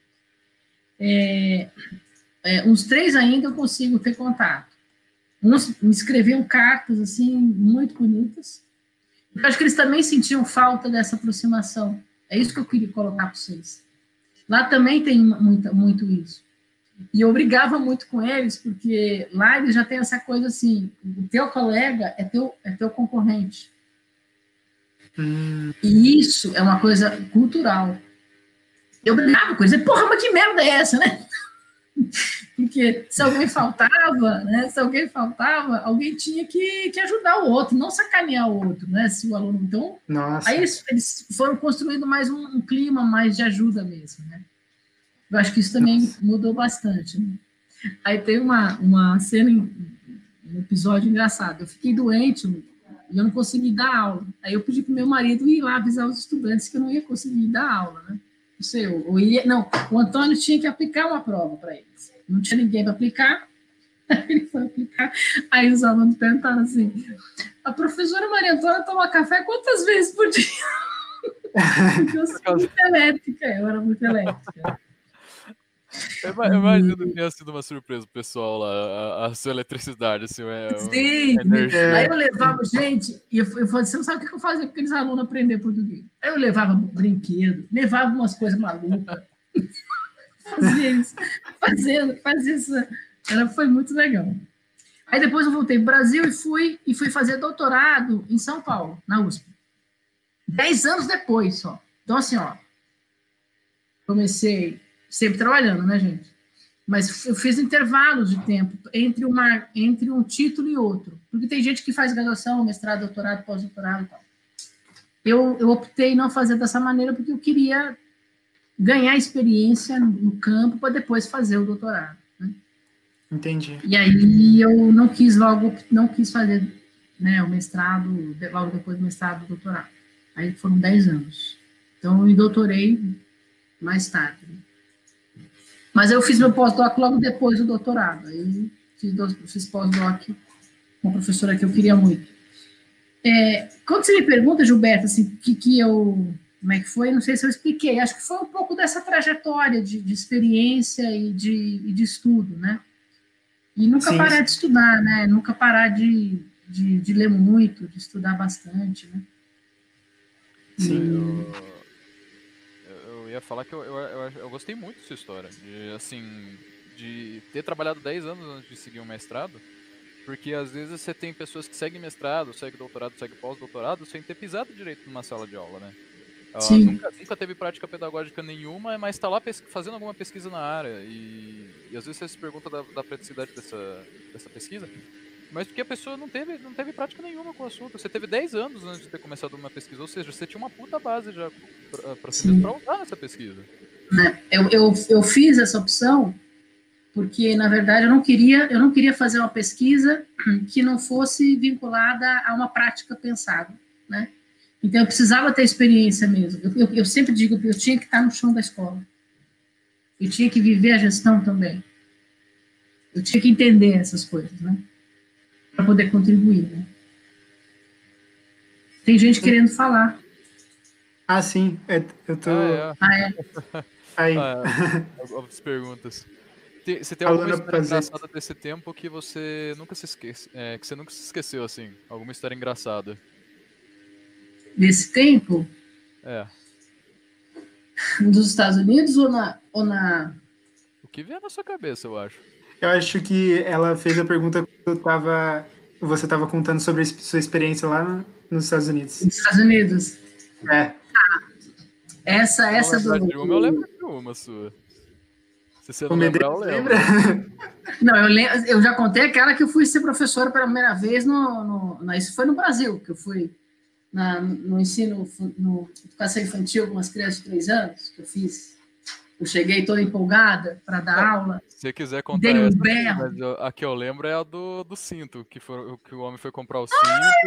Speaker 4: É, é, uns três ainda eu consigo ter contato. Uns me escreviam cartas, assim, muito bonitas. Eu acho que eles também sentiam falta dessa aproximação. É isso que eu queria colocar para vocês. Lá também tem muito, muito isso. E eu brigava muito com eles, porque lá eles já têm essa coisa assim, o teu colega é teu, é teu concorrente.
Speaker 2: Hum.
Speaker 4: E isso é uma coisa cultural. Eu brigava com eles, porra, mas que merda é essa, né? Porque se alguém faltava, né? Se alguém faltava, alguém tinha que, que ajudar o outro, não sacanear o outro, né? Se o aluno... Então,
Speaker 2: Nossa.
Speaker 4: aí eles, eles foram construindo mais um, um clima mais de ajuda mesmo, né? Eu acho que isso também Nossa. mudou bastante. Né? Aí tem uma, uma cena, um episódio engraçado. Eu fiquei doente e eu não consegui dar aula. Aí eu pedi para o meu marido ir lá avisar os estudantes que eu não ia conseguir dar aula, né? Não sei, eu ia, não, o Antônio tinha que aplicar uma prova para eles. Não tinha ninguém para aplicar, ele foi aplicar. Aí os alunos perguntaram assim, a professora Maria Antônia toma café quantas vezes por dia? Porque eu sou muito elétrica, eu era muito elétrica.
Speaker 3: Eu imagino que tenha sido uma surpresa pro pessoal lá, a, a sua eletricidade, assim, é,
Speaker 4: Sim,
Speaker 3: energia.
Speaker 4: Aí eu levava, gente, e eu, eu falei, você não sabe o que eu fazia com aqueles alunos aprender português. Aí eu levava brinquedo, levava umas coisas malucas, fazia isso, fazendo, fazia isso, era, foi muito legal. Aí depois eu voltei para o Brasil e fui, e fui fazer doutorado em São Paulo, na U S P. Dez anos depois só. Então, assim, ó, comecei sempre trabalhando, né, gente? Mas eu fiz intervalos de tempo entre, uma, entre um título e outro. Porque tem gente que faz graduação, mestrado, doutorado, pós-doutorado e tal. Eu, eu optei não fazer dessa maneira porque eu queria ganhar experiência no campo para depois fazer o doutorado. Né?
Speaker 2: Entendi.
Speaker 4: E aí eu não quis logo, não quis fazer, né, o mestrado, logo depois do mestrado e doutorado. Aí foram dez anos. Então eu me doutorei mais tarde. Né? Mas eu fiz meu pós-doc logo depois do doutorado. Aí fiz, fiz pós-doc com uma professora que eu queria muito. É, quando você me pergunta, Gilberto, assim, que, que eu, como é que foi, não sei se eu expliquei, acho que foi um pouco dessa trajetória de, de experiência e de, e de estudo, né? E nunca sim, parar sim. de estudar, né? Nunca parar de, de, de ler muito, de estudar bastante, né?
Speaker 3: Sim, eu, eu ia falar que eu, eu, eu, eu gostei muito dessa história, de, assim, de ter trabalhado dez anos antes de seguir um mestrado, porque às vezes você tem pessoas que seguem mestrado, seguem doutorado, seguem pós-doutorado, sem ter pisado direito numa sala de aula, né? Ela nunca, nunca teve prática pedagógica nenhuma, mas está lá fazendo alguma pesquisa na área, e, e às vezes você se pergunta da, da praticidade dessa, dessa pesquisa, mas porque a pessoa não teve, não teve prática nenhuma com o assunto. Você teve dez anos antes de ter começado uma pesquisa, ou seja, você tinha uma puta base já para usar nessa pesquisa.
Speaker 4: Eu, eu, eu fiz essa opção porque, na verdade, eu não queria, eu não queria fazer uma pesquisa que não fosse vinculada a uma prática pensada, né? Então, eu precisava ter experiência mesmo. Eu, eu, eu sempre digo que eu tinha que estar no chão da escola. Eu tinha que viver a gestão também. Eu tinha que entender essas coisas, né? Para poder contribuir, né? Tem gente querendo falar.
Speaker 2: Ah, sim. É, eu tô...
Speaker 3: Ah, é.
Speaker 4: Ah, é.
Speaker 2: Aí.
Speaker 3: Ah, é. As perguntas. Tem, você tem
Speaker 2: Alana
Speaker 3: alguma história
Speaker 2: Pazete.
Speaker 3: engraçada desse tempo que você nunca se esquece, é, que você nunca se esqueceu, assim? Alguma história engraçada?
Speaker 4: Desse tempo?
Speaker 3: É.
Speaker 4: Dos Estados Unidos ou na, ou na...
Speaker 3: O que vier na sua cabeça, eu acho.
Speaker 2: Eu acho que ela fez a pergunta quando eu tava, você estava contando sobre a sua experiência lá no, nos Estados Unidos.
Speaker 4: Nos Estados Unidos?
Speaker 2: É.
Speaker 4: Ah, essa, essa
Speaker 3: do...
Speaker 4: do...
Speaker 3: De uma, eu lembro de uma sua. Se você não
Speaker 2: o
Speaker 3: lembrar, eu lembro.
Speaker 2: Lembra?
Speaker 4: Não, eu, lembro, eu já contei aquela que eu fui ser professora pela primeira vez, no, no, no, isso foi no Brasil, que eu fui na, no ensino, no educação infantil, algumas crianças de três anos, que eu fiz. Eu cheguei toda empolgada para dar
Speaker 3: é,
Speaker 4: aula.
Speaker 3: Se você quiser contar
Speaker 4: dei um
Speaker 3: essa,
Speaker 4: berro.
Speaker 3: mas eu, a que eu lembro é a do, do cinto, que, foi, que o homem foi comprar o cinto.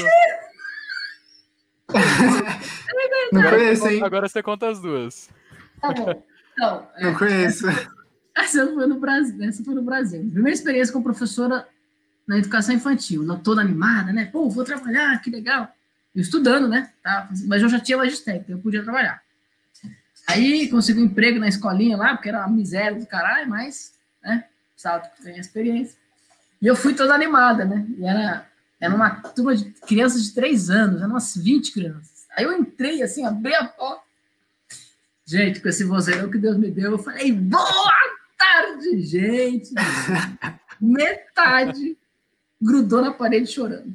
Speaker 2: Não
Speaker 3: agora,
Speaker 2: conheço,
Speaker 3: você,
Speaker 2: hein?
Speaker 3: agora você conta as duas.
Speaker 4: Tá bom. Então,
Speaker 2: não
Speaker 4: é,
Speaker 2: conheço.
Speaker 4: Essa, essa, foi no Brasil, essa foi no Brasil. Primeira experiência com professora na educação infantil. Ela toda animada, né? Pô, vou trabalhar, que legal. Eu estudando, né? Tá? Mas eu já tinha magistério, então eu podia trabalhar. Aí consegui um emprego na escolinha lá, porque era uma miséria do caralho, mas, né, precisava ter experiência. E eu fui toda animada, né? E era, era uma turma de crianças de três anos, eram umas vinte crianças. Aí eu entrei assim, abri a porta. Gente, com esse vozeirão que Deus me deu, eu falei, boa tarde, gente. Metade grudou na parede chorando.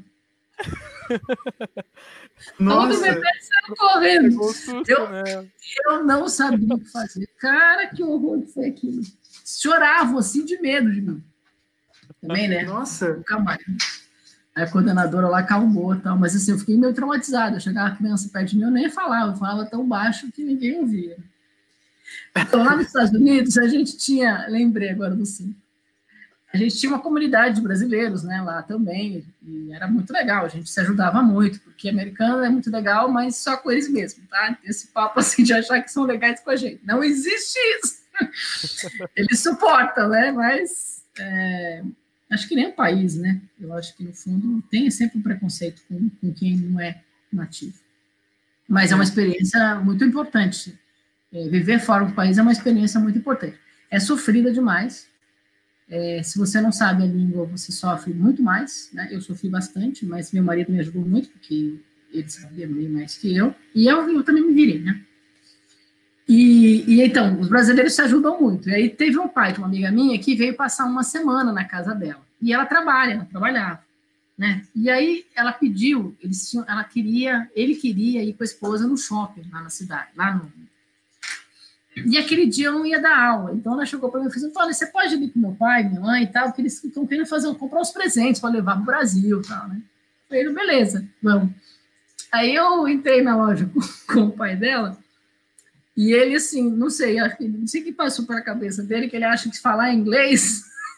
Speaker 2: Nossa.
Speaker 4: Todo metade saiu correndo.
Speaker 3: Susto,
Speaker 4: eu,
Speaker 3: né?
Speaker 4: eu não sabia o que fazer. Cara, que horror que foi aquilo. Choravam assim de medo de mim. Também, né?
Speaker 2: Nossa.
Speaker 4: Nunca mais. Aí a coordenadora lá calmou e tal, mas assim, eu fiquei meio traumatizada. Eu chegava a criança perto de mim, eu nem falava, eu falava tão baixo que ninguém ouvia. Então, lá nos Estados Unidos, a gente tinha, lembrei agora do sim, a gente tinha uma comunidade de brasileiros, né, lá também, e era muito legal, a gente se ajudava muito, porque americano é muito legal, mas só com eles mesmo, tá? Esse papo assim de achar que são legais com a gente. Não existe isso. Eles suportam, né, mas é, acho que nem o país, né? Eu acho que, no fundo, tem sempre um preconceito com, com quem não é nativo. Mas é uma experiência muito importante. É, viver fora do país é uma experiência muito importante. É sofrida demais. É, se você não sabe a língua, você sofre muito mais, né? Eu sofri bastante, mas meu marido me ajudou muito, porque ele sabia bem mais que eu. E eu, eu também me virei, né? E, e então, os brasileiros se ajudam muito. E aí teve um pai de uma amiga minha que veio passar uma semana na casa dela. E ela trabalha, ela trabalhava, né? E aí ela pediu, eles tinham, ela queria, ele queria ir com a esposa no shopping lá na cidade, lá no... E aquele dia eu não ia dar aula, então ela chegou para mim e falou assim, olha, você pode ir com meu pai, minha mãe e tal, porque eles estão querendo fazer, comprar uns presentes para levar para o Brasil e tal, né? Eu falei, beleza, vamos. Aí eu entrei na loja com, com o pai dela, e ele, assim, não sei, acho que, não sei o que passou pela cabeça dele, que ele acha que falar inglês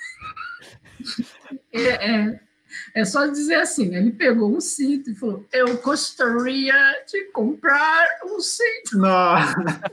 Speaker 4: é, é, é só dizer assim, ele pegou um cinto e falou, eu gostaria de comprar um cinto.
Speaker 2: Nossa.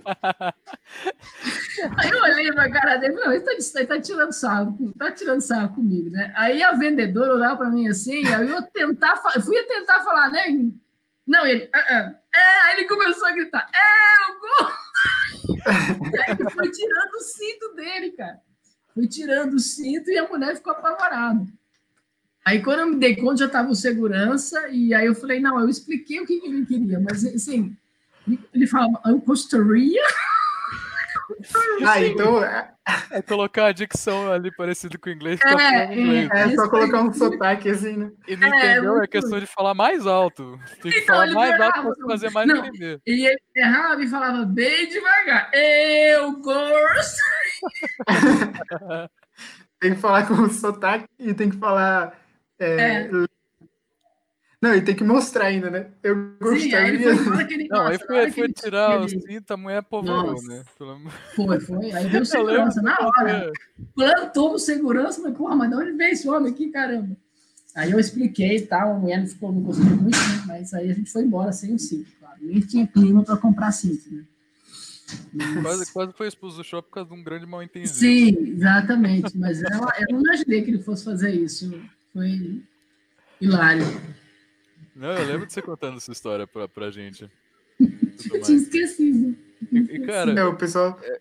Speaker 4: Aí eu olhei pra cara dele e falei, ele tá, ele tá tirando sarro, tá tirando sarro comigo, né? Aí a vendedora olhava pra mim assim, aí eu tentar, eu fui tentar falar, né? Não, ele, uh -uh. É, aí ele começou a gritar, é, eu gosto. Aí ele foi tirando o cinto dele, cara. Foi tirando o cinto e a mulher ficou apavorada. Aí, quando eu me dei conta, já estava o segurança, e aí eu falei, não, eu expliquei o que ele queria, mas, assim, ele falava, eu gostaria...
Speaker 2: Ah, então...
Speaker 3: É colocar a dicção ali parecida com o inglês, que
Speaker 4: é,
Speaker 3: tá falando inglês.
Speaker 2: É, é só colocar um sotaque assim, né?
Speaker 3: E não
Speaker 4: é,
Speaker 3: entendeu, é,
Speaker 4: é
Speaker 3: questão de falar mais alto. Tem que
Speaker 4: então,
Speaker 3: falar
Speaker 4: ele
Speaker 3: mais
Speaker 4: errava,
Speaker 3: alto para fazer mais
Speaker 4: não,
Speaker 3: entender.
Speaker 4: E ele errava e falava bem devagar. Eu gosto.
Speaker 2: Tem que falar com sotaque e tem que falar... É...
Speaker 4: É.
Speaker 2: Não, e tem que mostrar ainda, né? Eu gostaria...
Speaker 4: Sim, aí ele foi embora que ele...
Speaker 3: Não,
Speaker 4: nossa,
Speaker 3: aí foi, foi
Speaker 4: ele,
Speaker 3: tirar
Speaker 4: ele...
Speaker 3: o cinto, a mulher apavorou, né? Pelo...
Speaker 4: Foi, foi. Aí veio segurança na hora. Plantou o segurança, mas, porra, mas de onde veio esse homem aqui, caramba? Aí eu expliquei e tal, a mulher não ficou, não gostou muito, né? Mas aí a gente foi embora sem o cinto, claro. Nem tinha clima para comprar cinto, né? Mas...
Speaker 3: Quase, quase foi expulso do shopping por causa de um grande mal-entendido.
Speaker 4: Sim, exatamente. Mas eu, eu não imaginei que ele fosse fazer isso. Foi hilário.
Speaker 3: Não, eu lembro de você contando essa história pra, pra gente.
Speaker 4: Eu tinha esquecido.
Speaker 3: E, e, cara...
Speaker 2: É, o pessoal...
Speaker 3: É...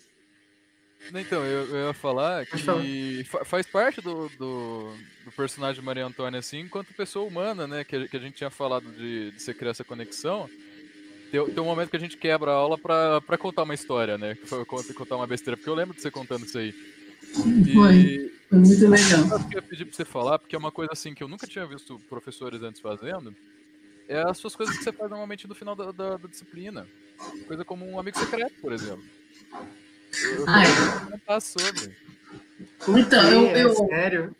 Speaker 3: Então, eu, eu ia falar que
Speaker 2: falar.
Speaker 3: faz parte do, do, do personagem Maria Antônia, assim, enquanto pessoa humana, né? Que, que a gente tinha falado de, de você criar essa conexão. Tem, tem um momento que a gente quebra a aula pra, pra contar uma história, né? Que foi contar uma besteira, porque eu lembro de você contando isso aí. E...
Speaker 4: Foi, foi muito legal.
Speaker 3: Eu queria pedir pra você falar, porque é uma coisa assim que eu nunca tinha visto professores antes fazendo, é as suas coisas que você faz normalmente no final da, da, da disciplina. Coisa como um amigo secreto, por exemplo. Eu
Speaker 4: ah,
Speaker 3: queria contar sobre.
Speaker 4: Então, eu... eu...
Speaker 2: É sério?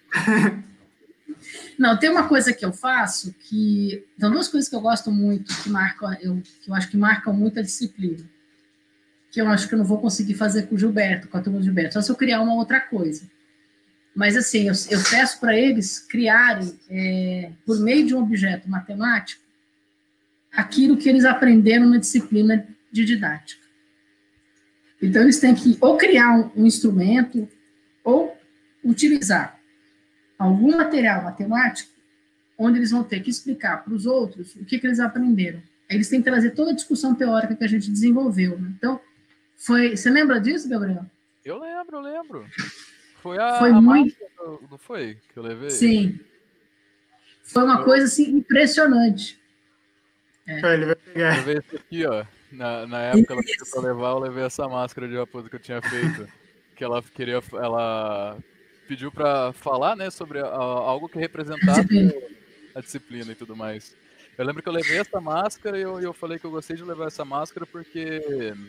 Speaker 4: Não, tem uma coisa que eu faço que... São duas coisas que eu gosto muito, que marcam, eu, que eu acho que marcam muito a disciplina. Que eu acho que eu não vou conseguir fazer com o Gilberto, com a turma do Gilberto, só se eu criar uma outra coisa. Mas, assim, eu, eu peço para eles criarem, é, por meio de um objeto matemático, aquilo que eles aprenderam na disciplina de didática. Então, eles têm que ou criar um, um instrumento, ou utilizar algum material matemático, onde eles vão ter que explicar para os outros o que, que eles aprenderam. Aí eles têm que trazer toda a discussão teórica que a gente desenvolveu. Né? Então, foi... Você lembra disso, Gabriel?
Speaker 3: Eu lembro, eu lembro. Foi a,
Speaker 4: foi
Speaker 3: a
Speaker 4: muito...
Speaker 3: do, não foi que eu levei?
Speaker 4: Sim. Foi uma eu... coisa, assim, impressionante.
Speaker 2: É. Ele vai pegar.
Speaker 3: Eu levei isso aqui, ó. Na, na época ela pediu pra levar, eu levei essa máscara de raposa que eu tinha feito. Que ela queria... Ela pediu pra falar, né, sobre a, algo que representasse a disciplina e tudo mais. Eu lembro que eu levei essa máscara e eu, eu falei que eu gostei de levar essa máscara porque...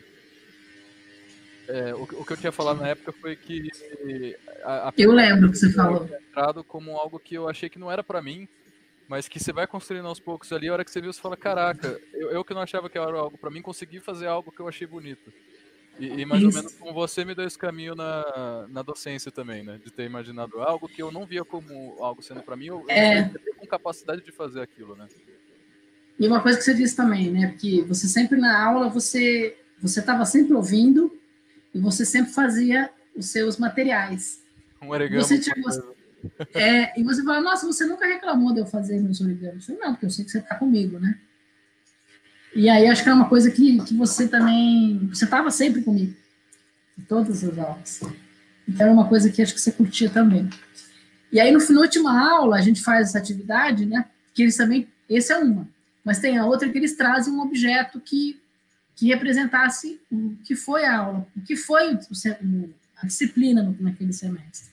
Speaker 3: É, o, o que eu tinha falado na época foi que a, a
Speaker 4: eu lembro que você falou
Speaker 3: entrado como algo que eu achei que não era pra mim, mas que você vai construindo aos poucos ali, a hora que você viu, você fala, caraca, eu, eu que não achava que era algo pra mim, consegui fazer algo que eu achei bonito. E, e mais Isso. ou menos como você me deu esse caminho na, na docência também, né? De ter imaginado algo que eu não via como algo sendo pra mim, eu,
Speaker 4: é...
Speaker 3: eu ter com capacidade de fazer aquilo, né?
Speaker 4: E uma coisa que você disse também, né? Porque você sempre na aula, você você estava sempre ouvindo e você sempre fazia os seus materiais.
Speaker 3: Um origami.
Speaker 4: Você tinha gost... é, e você fala, nossa, você nunca reclamou de eu fazer meus origamis. Eu falei, não, porque eu sei que você está comigo, né? E aí acho que é uma coisa que, que você também... Você estava sempre comigo, em todas as aulas. Então é uma coisa que acho que você curtia também. E aí, no, na última aula, a gente faz essa atividade, né? Que eles também... Essa é uma. Mas tem a outra que eles trazem um objeto que, que representasse o que foi a aula, o que foi o, a disciplina no, naquele semestre.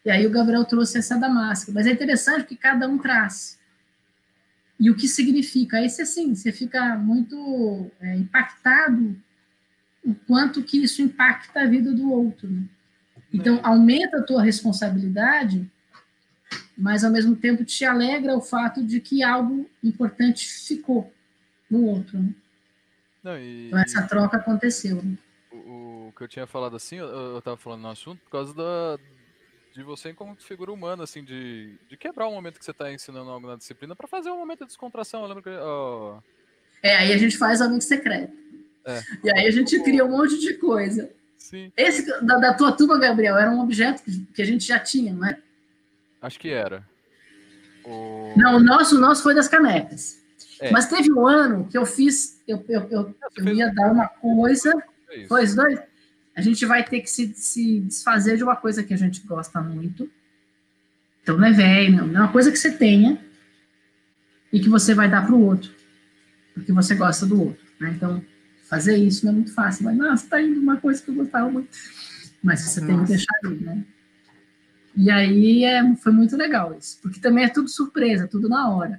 Speaker 4: E aí o Gabriel trouxe essa da máscara. Mas é interessante porque cada um traz. E o que significa? Aí você, assim, você fica muito é, impactado o quanto que isso impacta a vida do outro. Né? Então, aumenta a tua responsabilidade, mas, ao mesmo tempo, te alegra o fato de que algo importante ficou no outro. Né?
Speaker 3: Não, e,
Speaker 4: então, essa troca aconteceu. Né?
Speaker 3: O, o que eu tinha falado assim, eu, eu tava falando no assunto, por causa da, de você como figura humana, assim, de, de quebrar o momento que você tá ensinando algo na disciplina para fazer um momento de descontração. Eu lembro que... Oh...
Speaker 4: É, aí a gente faz amigo secreto.
Speaker 3: É.
Speaker 4: E aí a gente cria um monte de coisa.
Speaker 3: Sim.
Speaker 4: Esse da, da tua turma, Gabriel, era um objeto que, que a gente já tinha, não é?
Speaker 3: Acho que era. O...
Speaker 4: Não, o nosso, o nosso foi das canecas.
Speaker 3: É.
Speaker 4: Mas teve um ano que eu fiz, eu, eu, eu, eu ia dar uma coisa, é foi os dois. A gente vai ter que se, se desfazer de uma coisa que a gente gosta muito. Então não é velho, não. É uma coisa que você tenha e que você vai dar para o outro, porque você gosta do outro. Né? Então, fazer isso não é muito fácil. Mas, nossa, tá indo uma coisa que eu gostava muito. Mas você nossa. Tem que deixar ali, né? E aí é, foi muito legal isso, porque também é tudo surpresa, tudo na hora.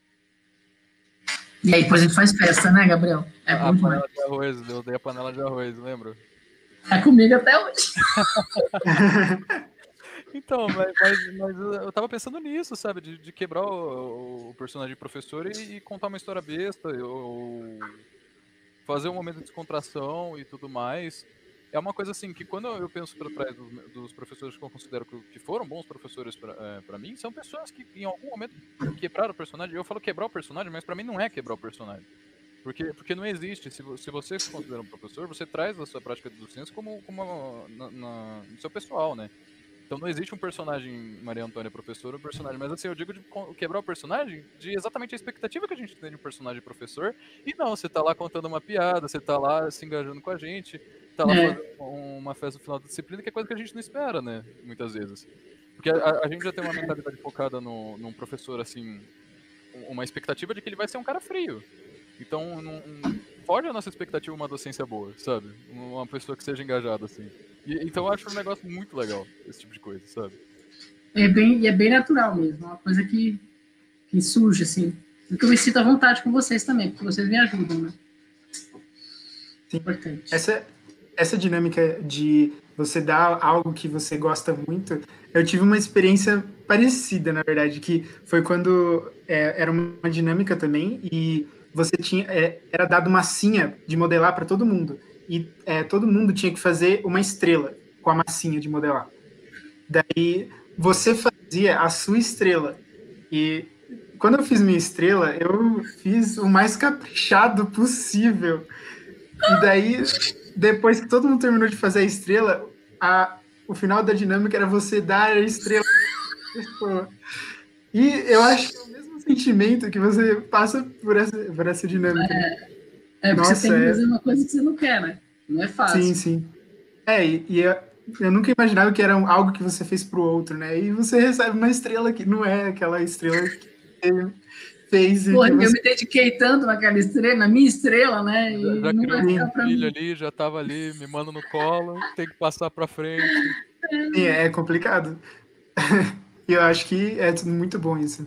Speaker 4: E aí depois a gente faz festa, né, Gabriel? É
Speaker 3: a panela de arroz, eu dei a panela de arroz, lembra?
Speaker 4: É comigo até hoje.
Speaker 3: Então, mas, mas, mas eu tava pensando nisso, sabe? De, de quebrar o, o personagem de professor e, e contar uma história besta, ou fazer um momento de descontração e tudo mais. É uma coisa assim, que quando eu penso por trás dos, dos professores que eu considero que foram bons professores pra, é, pra mim, são pessoas que em algum momento quebraram o personagem. Eu falo quebrar o personagem, mas pra mim não é quebrar o personagem. Porque, porque não existe. Se, se você se considera um professor, você traz a sua prática de docência como, como na, na, no seu pessoal, né? Então não existe um personagem Maria Antônia professor, um personagem, mas assim, eu digo de quebrar o personagem de exatamente a expectativa que a gente tem de um personagem professor, e não, você tá lá contando uma piada, você tá lá se engajando com a gente, tá lá é. fazendo uma festa no final da disciplina, que é coisa que a gente não espera, né, muitas vezes. Porque a, a gente já tem uma mentalidade focada no, num professor, assim, uma expectativa de que ele vai ser um cara frio. Então, não, não, foge a nossa expectativa uma docência boa, sabe? Uma pessoa que seja engajada, assim. E, então eu acho um negócio muito legal, esse tipo de coisa, sabe?
Speaker 4: É bem, é bem natural mesmo, é uma coisa que, que surge, assim. Porque eu me sinto à vontade com vocês também, porque vocês me ajudam, né?
Speaker 2: Sim. Importante. Essa, essa dinâmica de você dar algo que você gosta muito, eu tive uma experiência parecida, na verdade, que foi quando é, era uma dinâmica também, e você tinha, é, era dado massinha de modelar para todo mundo. E é, todo mundo tinha que fazer uma estrela com a massinha de modelar. Daí, você fazia a sua estrela. E quando eu fiz minha estrela, eu fiz o mais caprichado possível. E daí, depois que todo mundo terminou de fazer a estrela, a, o final da dinâmica era você dar a estrela para a pessoa. E eu acho que é o mesmo sentimento que você passa por essa, por essa dinâmica.
Speaker 4: É. É, porque Nossa, você tem que fazer é... uma coisa que você não quer, né? Não é fácil.
Speaker 2: Sim, sim. É, e, e eu, eu nunca imaginava que era algo que você fez pro outro, né? E você recebe uma estrela que não é aquela estrela que você fez.
Speaker 4: Pô,
Speaker 2: que
Speaker 4: eu
Speaker 2: você...
Speaker 4: me dediquei tanto naquela estrela, na minha estrela, né? E
Speaker 3: já, já
Speaker 4: não vai ficar
Speaker 3: um
Speaker 4: pra
Speaker 3: filho
Speaker 4: mim.
Speaker 3: ali, já tava ali, me manda no colo, tem que passar pra frente.
Speaker 2: Sim, é complicado. E eu acho que é muito bom isso.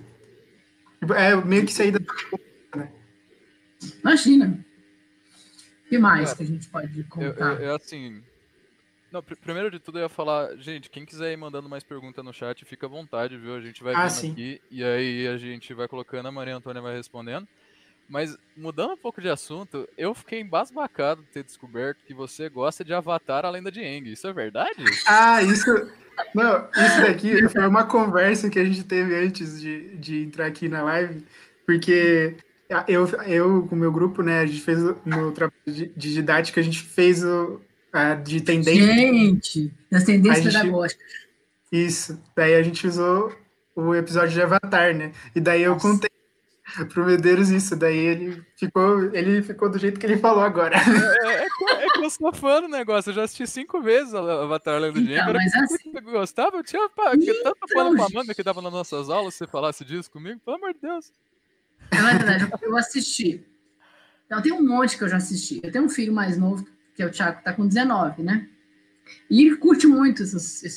Speaker 2: É meio que sair da... né?
Speaker 4: Imagina. O que mais Cara, que a gente pode contar?
Speaker 3: É assim... Não, pr primeiro de tudo eu ia falar, gente, quem quiser ir mandando mais pergunta no chat, fica à vontade, viu? A gente vai
Speaker 2: ah,
Speaker 3: vendo
Speaker 2: sim.
Speaker 3: aqui e aí a gente vai colocando, a Maria Antônia vai respondendo. Mas, mudando um pouco de assunto, eu fiquei embasbacado de ter descoberto que você gosta de Avatar, a Lenda de Aang. Isso é verdade?
Speaker 2: Ah, isso... Não, isso daqui foi uma conversa que a gente teve antes de, de entrar aqui na live, porque eu, eu com o meu grupo, né, a gente fez no trabalho de, de didática, a gente fez o a, de tendência.
Speaker 4: Gente, das tendências pedagógicas.
Speaker 2: Isso, daí a gente usou o episódio de Avatar, né, e daí eu Nossa. contei pro Medeiros isso, daí ele ficou, ele ficou do jeito que ele falou agora.
Speaker 3: É, é, é, que, é que eu sou fã do negócio, eu já assisti cinco vezes a Avatar Lenda de Aang,
Speaker 4: mas assim...
Speaker 3: eu gostava, eu tinha pá, então, tanto pano pra manga que dava nas nossas aulas, se você falasse disso comigo, pelo amor de Deus.
Speaker 4: É verdade, eu assisti. Então, tem um monte que eu já assisti. Eu tenho um filho mais novo, que é o Thiago, que tá com dezenove, né? E ele curte muito esses, esses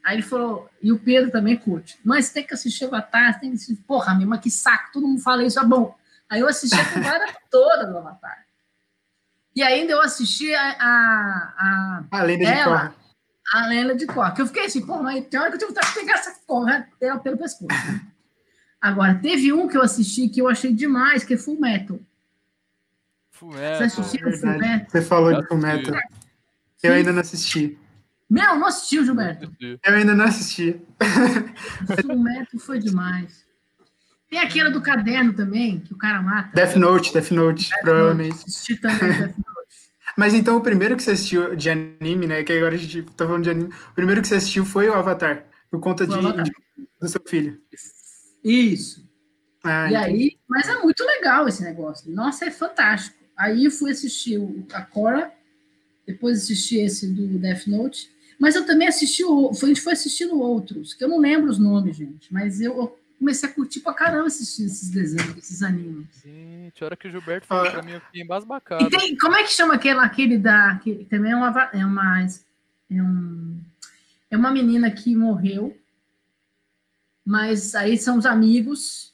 Speaker 4: Aí ele falou, e o Pedro também curte. Mas tem que assistir Avatar, tem que assistir. Porra, meu, mas que saco, todo mundo fala isso, é bom. Aí eu assisti a temporada toda do Avatar. E ainda eu assisti a... A,
Speaker 2: a, a Lenda de Korra.
Speaker 4: A Lenda de Korra. Que eu fiquei assim, porra, mas tem hora que eu tive que pegar essa Korra pelo pescoço. Agora, teve um que eu assisti que eu achei demais, que é Full Metal.
Speaker 3: Full Metal.
Speaker 4: Você assistiu
Speaker 2: é
Speaker 4: Full Metal?
Speaker 2: Você falou de Full Metal. Eu ainda não assisti.
Speaker 4: Não, não assistiu, Gilberto?
Speaker 2: Eu ainda não assisti.
Speaker 4: Full Metal foi demais. Tem aquela do caderno também, que o cara mata.
Speaker 2: Death Note, Death Note,
Speaker 4: Death
Speaker 2: provavelmente.
Speaker 4: Note. Assisti também Death Note.
Speaker 2: Mas então o primeiro que você assistiu de anime, né? Que agora a gente tá falando de anime. O primeiro que você assistiu foi o Avatar, por conta de, de, do seu filho.
Speaker 4: Isso.
Speaker 2: Ah,
Speaker 4: e
Speaker 2: entendi.
Speaker 4: aí, mas é muito legal esse negócio. Nossa, é fantástico. Aí eu fui assistir o, a Korra, depois assisti esse do Death Note, mas eu também assisti o. A gente foi assistindo outros, que eu não lembro os nomes, gente, mas eu, eu comecei a curtir pra caramba assistir esses desenhos, esses animes.
Speaker 3: Gente, a hora que o Gilberto falou ah. pra mim, eu fiquei embasbacado.
Speaker 4: E tem, como é que chama aquele, aquele da. Que também é uma. É uma, é, um, é uma menina que morreu, mas aí são os amigos.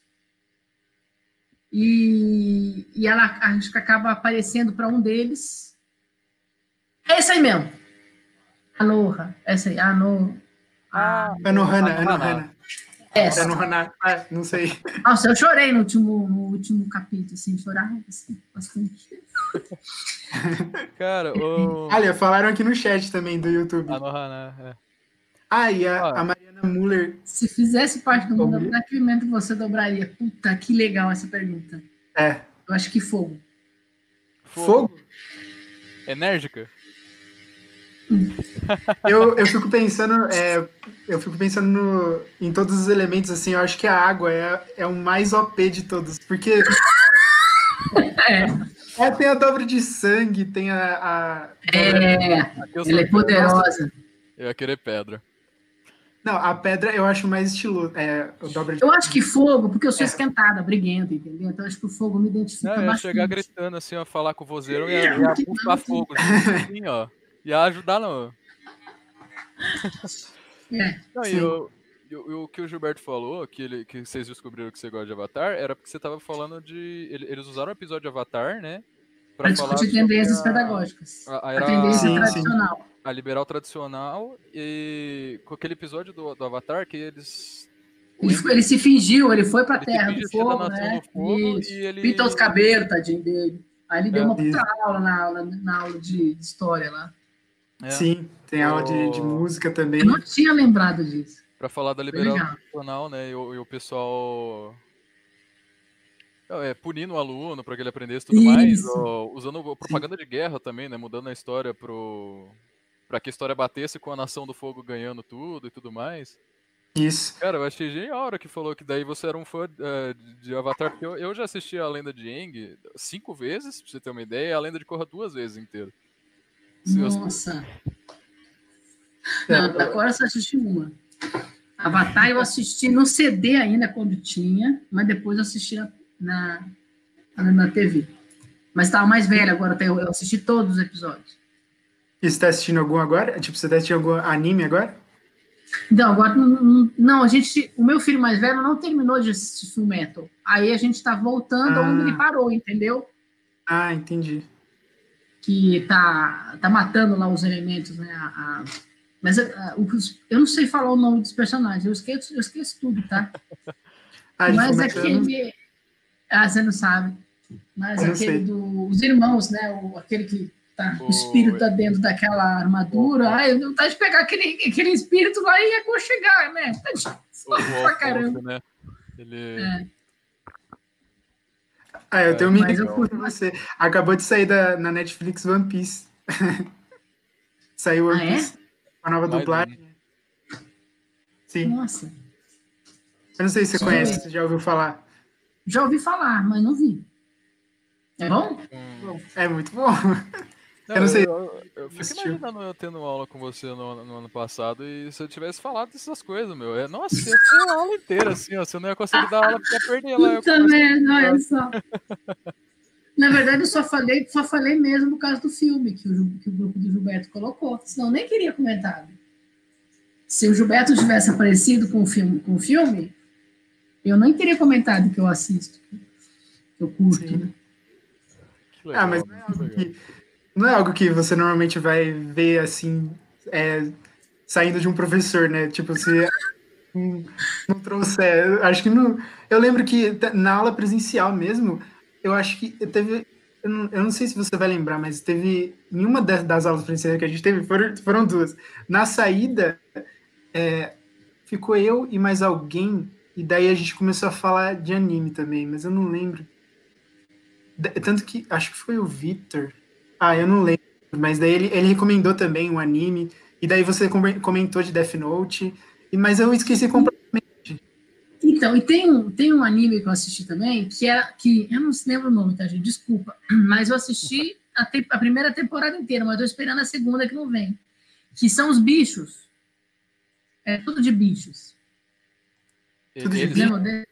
Speaker 4: E, e ela acho que acaba aparecendo para um deles. É esse aí mesmo. Anoha. Essa aí, Anoha.
Speaker 2: Ah, Anohana, Anohana.
Speaker 4: Essa.
Speaker 2: Anohana, ah, não sei.
Speaker 4: Nossa, eu chorei no último, no último capítulo, assim, chorava assim, bastante.
Speaker 3: Cara, o...
Speaker 2: Olha, falaram aqui no chat também do YouTube.
Speaker 3: Anohana, é.
Speaker 2: Ah, e a, ah. a Mariana Muller.
Speaker 4: Se fizesse parte do mundo, para que momento você dobraria? Puta, que legal essa pergunta.
Speaker 2: É.
Speaker 4: Eu acho que fogo.
Speaker 2: Fogo? fogo?
Speaker 3: Enérgica?
Speaker 2: eu, eu fico pensando, é, eu fico pensando no, em todos os elementos, assim, eu acho que a água é, é o mais O P de todos, porque
Speaker 4: é.
Speaker 2: É, tem a dobra de sangue, tem a... a
Speaker 4: é, ela é poderosa.
Speaker 3: Eu ia querer pedra.
Speaker 2: Não, a pedra eu acho mais estiloso. É, o dobra de...
Speaker 4: Eu acho que fogo, porque eu sou é. esquentada, briguenta, entendeu? Então eu acho que o fogo me identifica
Speaker 3: não, eu ia
Speaker 4: bastante.
Speaker 3: chegar gritando assim, ó, falar com o vozeiro e ia, ia puxar fogo. Assim, ó. Ia ajudar no...
Speaker 4: É,
Speaker 3: não, e o, e o que o Gilberto falou, que, ele, que vocês descobriram que você gosta de Avatar, era porque você tava falando de... Eles usaram o episódio de Avatar, né?
Speaker 4: Pra, pra discutir tendências a, pedagógicas. A, a, a tendência sim, tradicional.
Speaker 3: Sim. A liberal tradicional e com aquele episódio do, do Avatar que eles...
Speaker 4: Ele,
Speaker 3: Andy,
Speaker 4: ele se fingiu, ele foi pra
Speaker 3: ele
Speaker 4: terra do fogo, né?
Speaker 3: fogo
Speaker 4: e
Speaker 3: ele...
Speaker 4: pinta os cabelos, tadinho dele. Aí ele é. deu uma puta aula na aula, na aula de, de história lá.
Speaker 2: É. Sim, tem aula de, de música também.
Speaker 4: Eu não tinha lembrado disso.
Speaker 3: Pra falar da liberal tradicional, né? E o, e o pessoal... É, punindo o aluno para que ele aprendesse tudo Isso. mais, ó, usando propaganda Sim. de guerra também, né? Mudando a história pro... para que a história batesse com a Nação do Fogo ganhando tudo e tudo mais.
Speaker 2: Isso.
Speaker 3: Cara, eu achei genial a hora que falou que daí você era um fã uh, de Avatar, porque eu, eu já assisti a Lenda de Aang cinco vezes, pra você ter uma ideia, e a Lenda de Korra duas vezes inteira.
Speaker 4: Nossa! Não, agora eu só assisti uma. Avatar eu assisti no C D ainda quando tinha, mas depois eu assisti na, na, na T V. Mas estava mais velho agora, eu assisti todos os episódios.
Speaker 2: E você está assistindo algum agora? Tipo, você está assistindo algum anime agora?
Speaker 4: Não, agora não, não, a gente, o meu filho mais velho não terminou de assistir Full Metal. Aí a gente está voltando ah. onde ele parou, entendeu?
Speaker 2: Ah, entendi.
Speaker 4: Que tá, tá matando lá os elementos, né? A, a, mas a, o, eu não sei falar o nome dos personagens, eu esqueço, eu esqueço tudo, tá? ah, mas aquele... Ah, você não sabe. Mas eu aquele dos irmãos, né? O, aquele que tá, o espírito tá dentro daquela armadura. Oh, oh. Ai, não tá de pegar aquele, aquele espírito lá e aconchegar, né? Tá de... oh, oh, pra caramba. Oh, né?
Speaker 3: Ele...
Speaker 4: É.
Speaker 2: Ah, eu tenho uma ideia pra você. Acabou de sair da, na Netflix One Piece. Saiu One
Speaker 4: ah,
Speaker 2: Piece. É? A nova dublagem. Sim.
Speaker 4: Nossa.
Speaker 2: Eu não sei se você Sim. conhece, você já ouviu falar.
Speaker 4: Já ouvi falar, mas não vi. É bom?
Speaker 2: Hum. É muito bom.
Speaker 3: Não,
Speaker 2: eu não sei.
Speaker 3: Eu, eu, eu fico imaginando eu tendo aula com você no, no ano passado e se eu tivesse falado dessas coisas, meu. É, nossa, ia ser a aula inteira, assim, ó. Você não ia conseguir dar aula porque ia perder lá.
Speaker 4: Puta merda, olha só. Na verdade, eu só falei, só falei mesmo por causa do filme que o, que o grupo do Gilberto colocou. Senão eu nem queria comentar. se o Gilberto tivesse aparecido com o filme, com o filme, eu nem teria comentado que eu assisto, que eu curto.
Speaker 2: Sim.
Speaker 4: Né?
Speaker 3: Que legal,
Speaker 2: Ah, mas não é,
Speaker 3: que
Speaker 2: algo
Speaker 3: legal.
Speaker 2: que, não é algo que você normalmente vai ver assim, é, saindo de um professor, né? Tipo, se não, não trouxer. Eu acho que não. Eu lembro que te- na aula presencial mesmo, eu acho que teve. Eu não, eu não sei se você vai lembrar, mas teve. Em uma das, das aulas presenciais que a gente teve, foram, foram duas. Na saída, ficou eu e mais alguém, e daí a gente começou a falar de anime também, mas eu não lembro. Da- Tanto que acho que foi o Victor. Ah, eu não lembro, mas daí ele, ele recomendou também um anime, e daí você come- comentou de Death Note, e, mas eu esqueci completamente.
Speaker 4: Então, e tem um, tem um anime que eu assisti também, que era, que, eu não lembro o nome, tá, gente? Desculpa, mas eu assisti a, te, a primeira temporada inteira, mas eu tô esperando a segunda que não vem. Que são os bichos. É tudo de bichos.
Speaker 3: E-
Speaker 2: Tudo de
Speaker 3: Eles
Speaker 2: bicho.
Speaker 4: Lembra dele?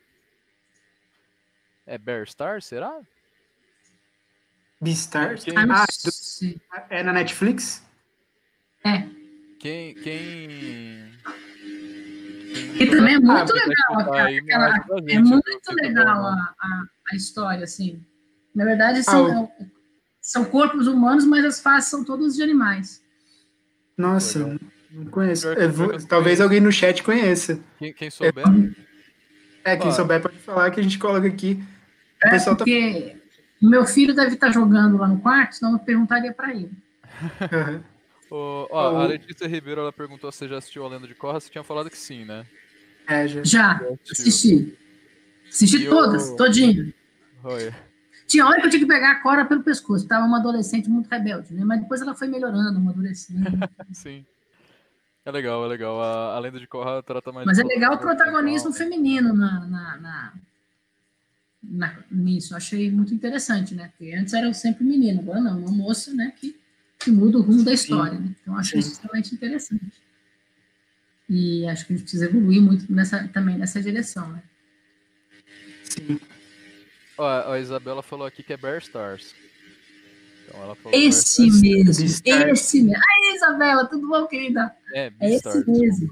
Speaker 3: é Bear Star, será?
Speaker 2: Beastars?
Speaker 3: Quem,
Speaker 4: Ah, não
Speaker 2: Ah,
Speaker 4: sei.
Speaker 2: é na Netflix?
Speaker 4: É.
Speaker 3: quem, quem, quem
Speaker 4: E também é
Speaker 2: Ah,
Speaker 4: muito
Speaker 3: puder
Speaker 4: legal,
Speaker 3: contar
Speaker 4: cara.
Speaker 3: aí,
Speaker 4: Aquela,
Speaker 3: mostra pra
Speaker 4: é
Speaker 3: gente, viu,
Speaker 4: muito
Speaker 3: que tá
Speaker 4: legal
Speaker 3: bom,
Speaker 4: a,
Speaker 3: né?
Speaker 4: a, a história, assim. Na verdade,
Speaker 2: ah,
Speaker 4: são,
Speaker 2: o-
Speaker 4: é, são corpos humanos, mas as faces são todas de animais.
Speaker 2: nossa,
Speaker 3: Legal.
Speaker 2: não, não conheço.
Speaker 3: Pior que,
Speaker 2: Eu
Speaker 3: pior
Speaker 2: vou-
Speaker 3: que eu não
Speaker 2: talvez
Speaker 3: conheço.
Speaker 2: alguém no chat conheça.
Speaker 3: Quem, quem
Speaker 2: É,
Speaker 3: souber,
Speaker 2: é, quem
Speaker 3: ó,
Speaker 2: souber pode falar que a gente coloca aqui. O
Speaker 4: É
Speaker 2: pessoal tá.
Speaker 4: porque o meu filho deve estar jogando lá no quarto, senão eu perguntaria para ele.
Speaker 2: Aham.
Speaker 3: ó, ó,
Speaker 2: Ó,
Speaker 3: a
Speaker 2: o-
Speaker 3: Letícia Ribeiro, ela perguntou se você já assistiu A Lenda de Korra, você tinha falado que sim, né?
Speaker 2: é, já.
Speaker 4: Já,
Speaker 3: Já assistiu.
Speaker 4: assisti. Assisti
Speaker 3: E
Speaker 4: todas,
Speaker 3: o...
Speaker 4: todinha.
Speaker 3: Olha,
Speaker 4: Tinha hora que eu tinha que pegar a Cora pelo pescoço. Estava uma adolescente muito rebelde, né? Mas depois ela foi melhorando, amadurecendo.
Speaker 3: sim. É legal, é legal. A, a Lenda de Korra trata mais de
Speaker 4: Mas é legal o
Speaker 3: protagonismo
Speaker 4: protagonismo
Speaker 3: mental, né?
Speaker 4: feminino na, na, na, na- nisso. Eu achei muito interessante, né? Porque antes era sempre menino, agora não, uma moça, né? Que, que muda o rumo da história, né? Então eu achei
Speaker 2: Sim.
Speaker 4: isso extremamente interessante. E acho que a gente precisa evoluir muito nessa, também nessa direção, né?
Speaker 2: Sim.
Speaker 3: Ó, a Isabela falou aqui que é Bear Stars. Então ela falou Bear
Speaker 4: Esse
Speaker 3: Stars.
Speaker 4: mesmo,
Speaker 2: Beastars.
Speaker 4: esse mesmo. Aí, Isabela, tudo bom, querida?
Speaker 3: É,
Speaker 4: É
Speaker 3: Beastars,
Speaker 4: esse
Speaker 3: desculpa.
Speaker 4: mesmo.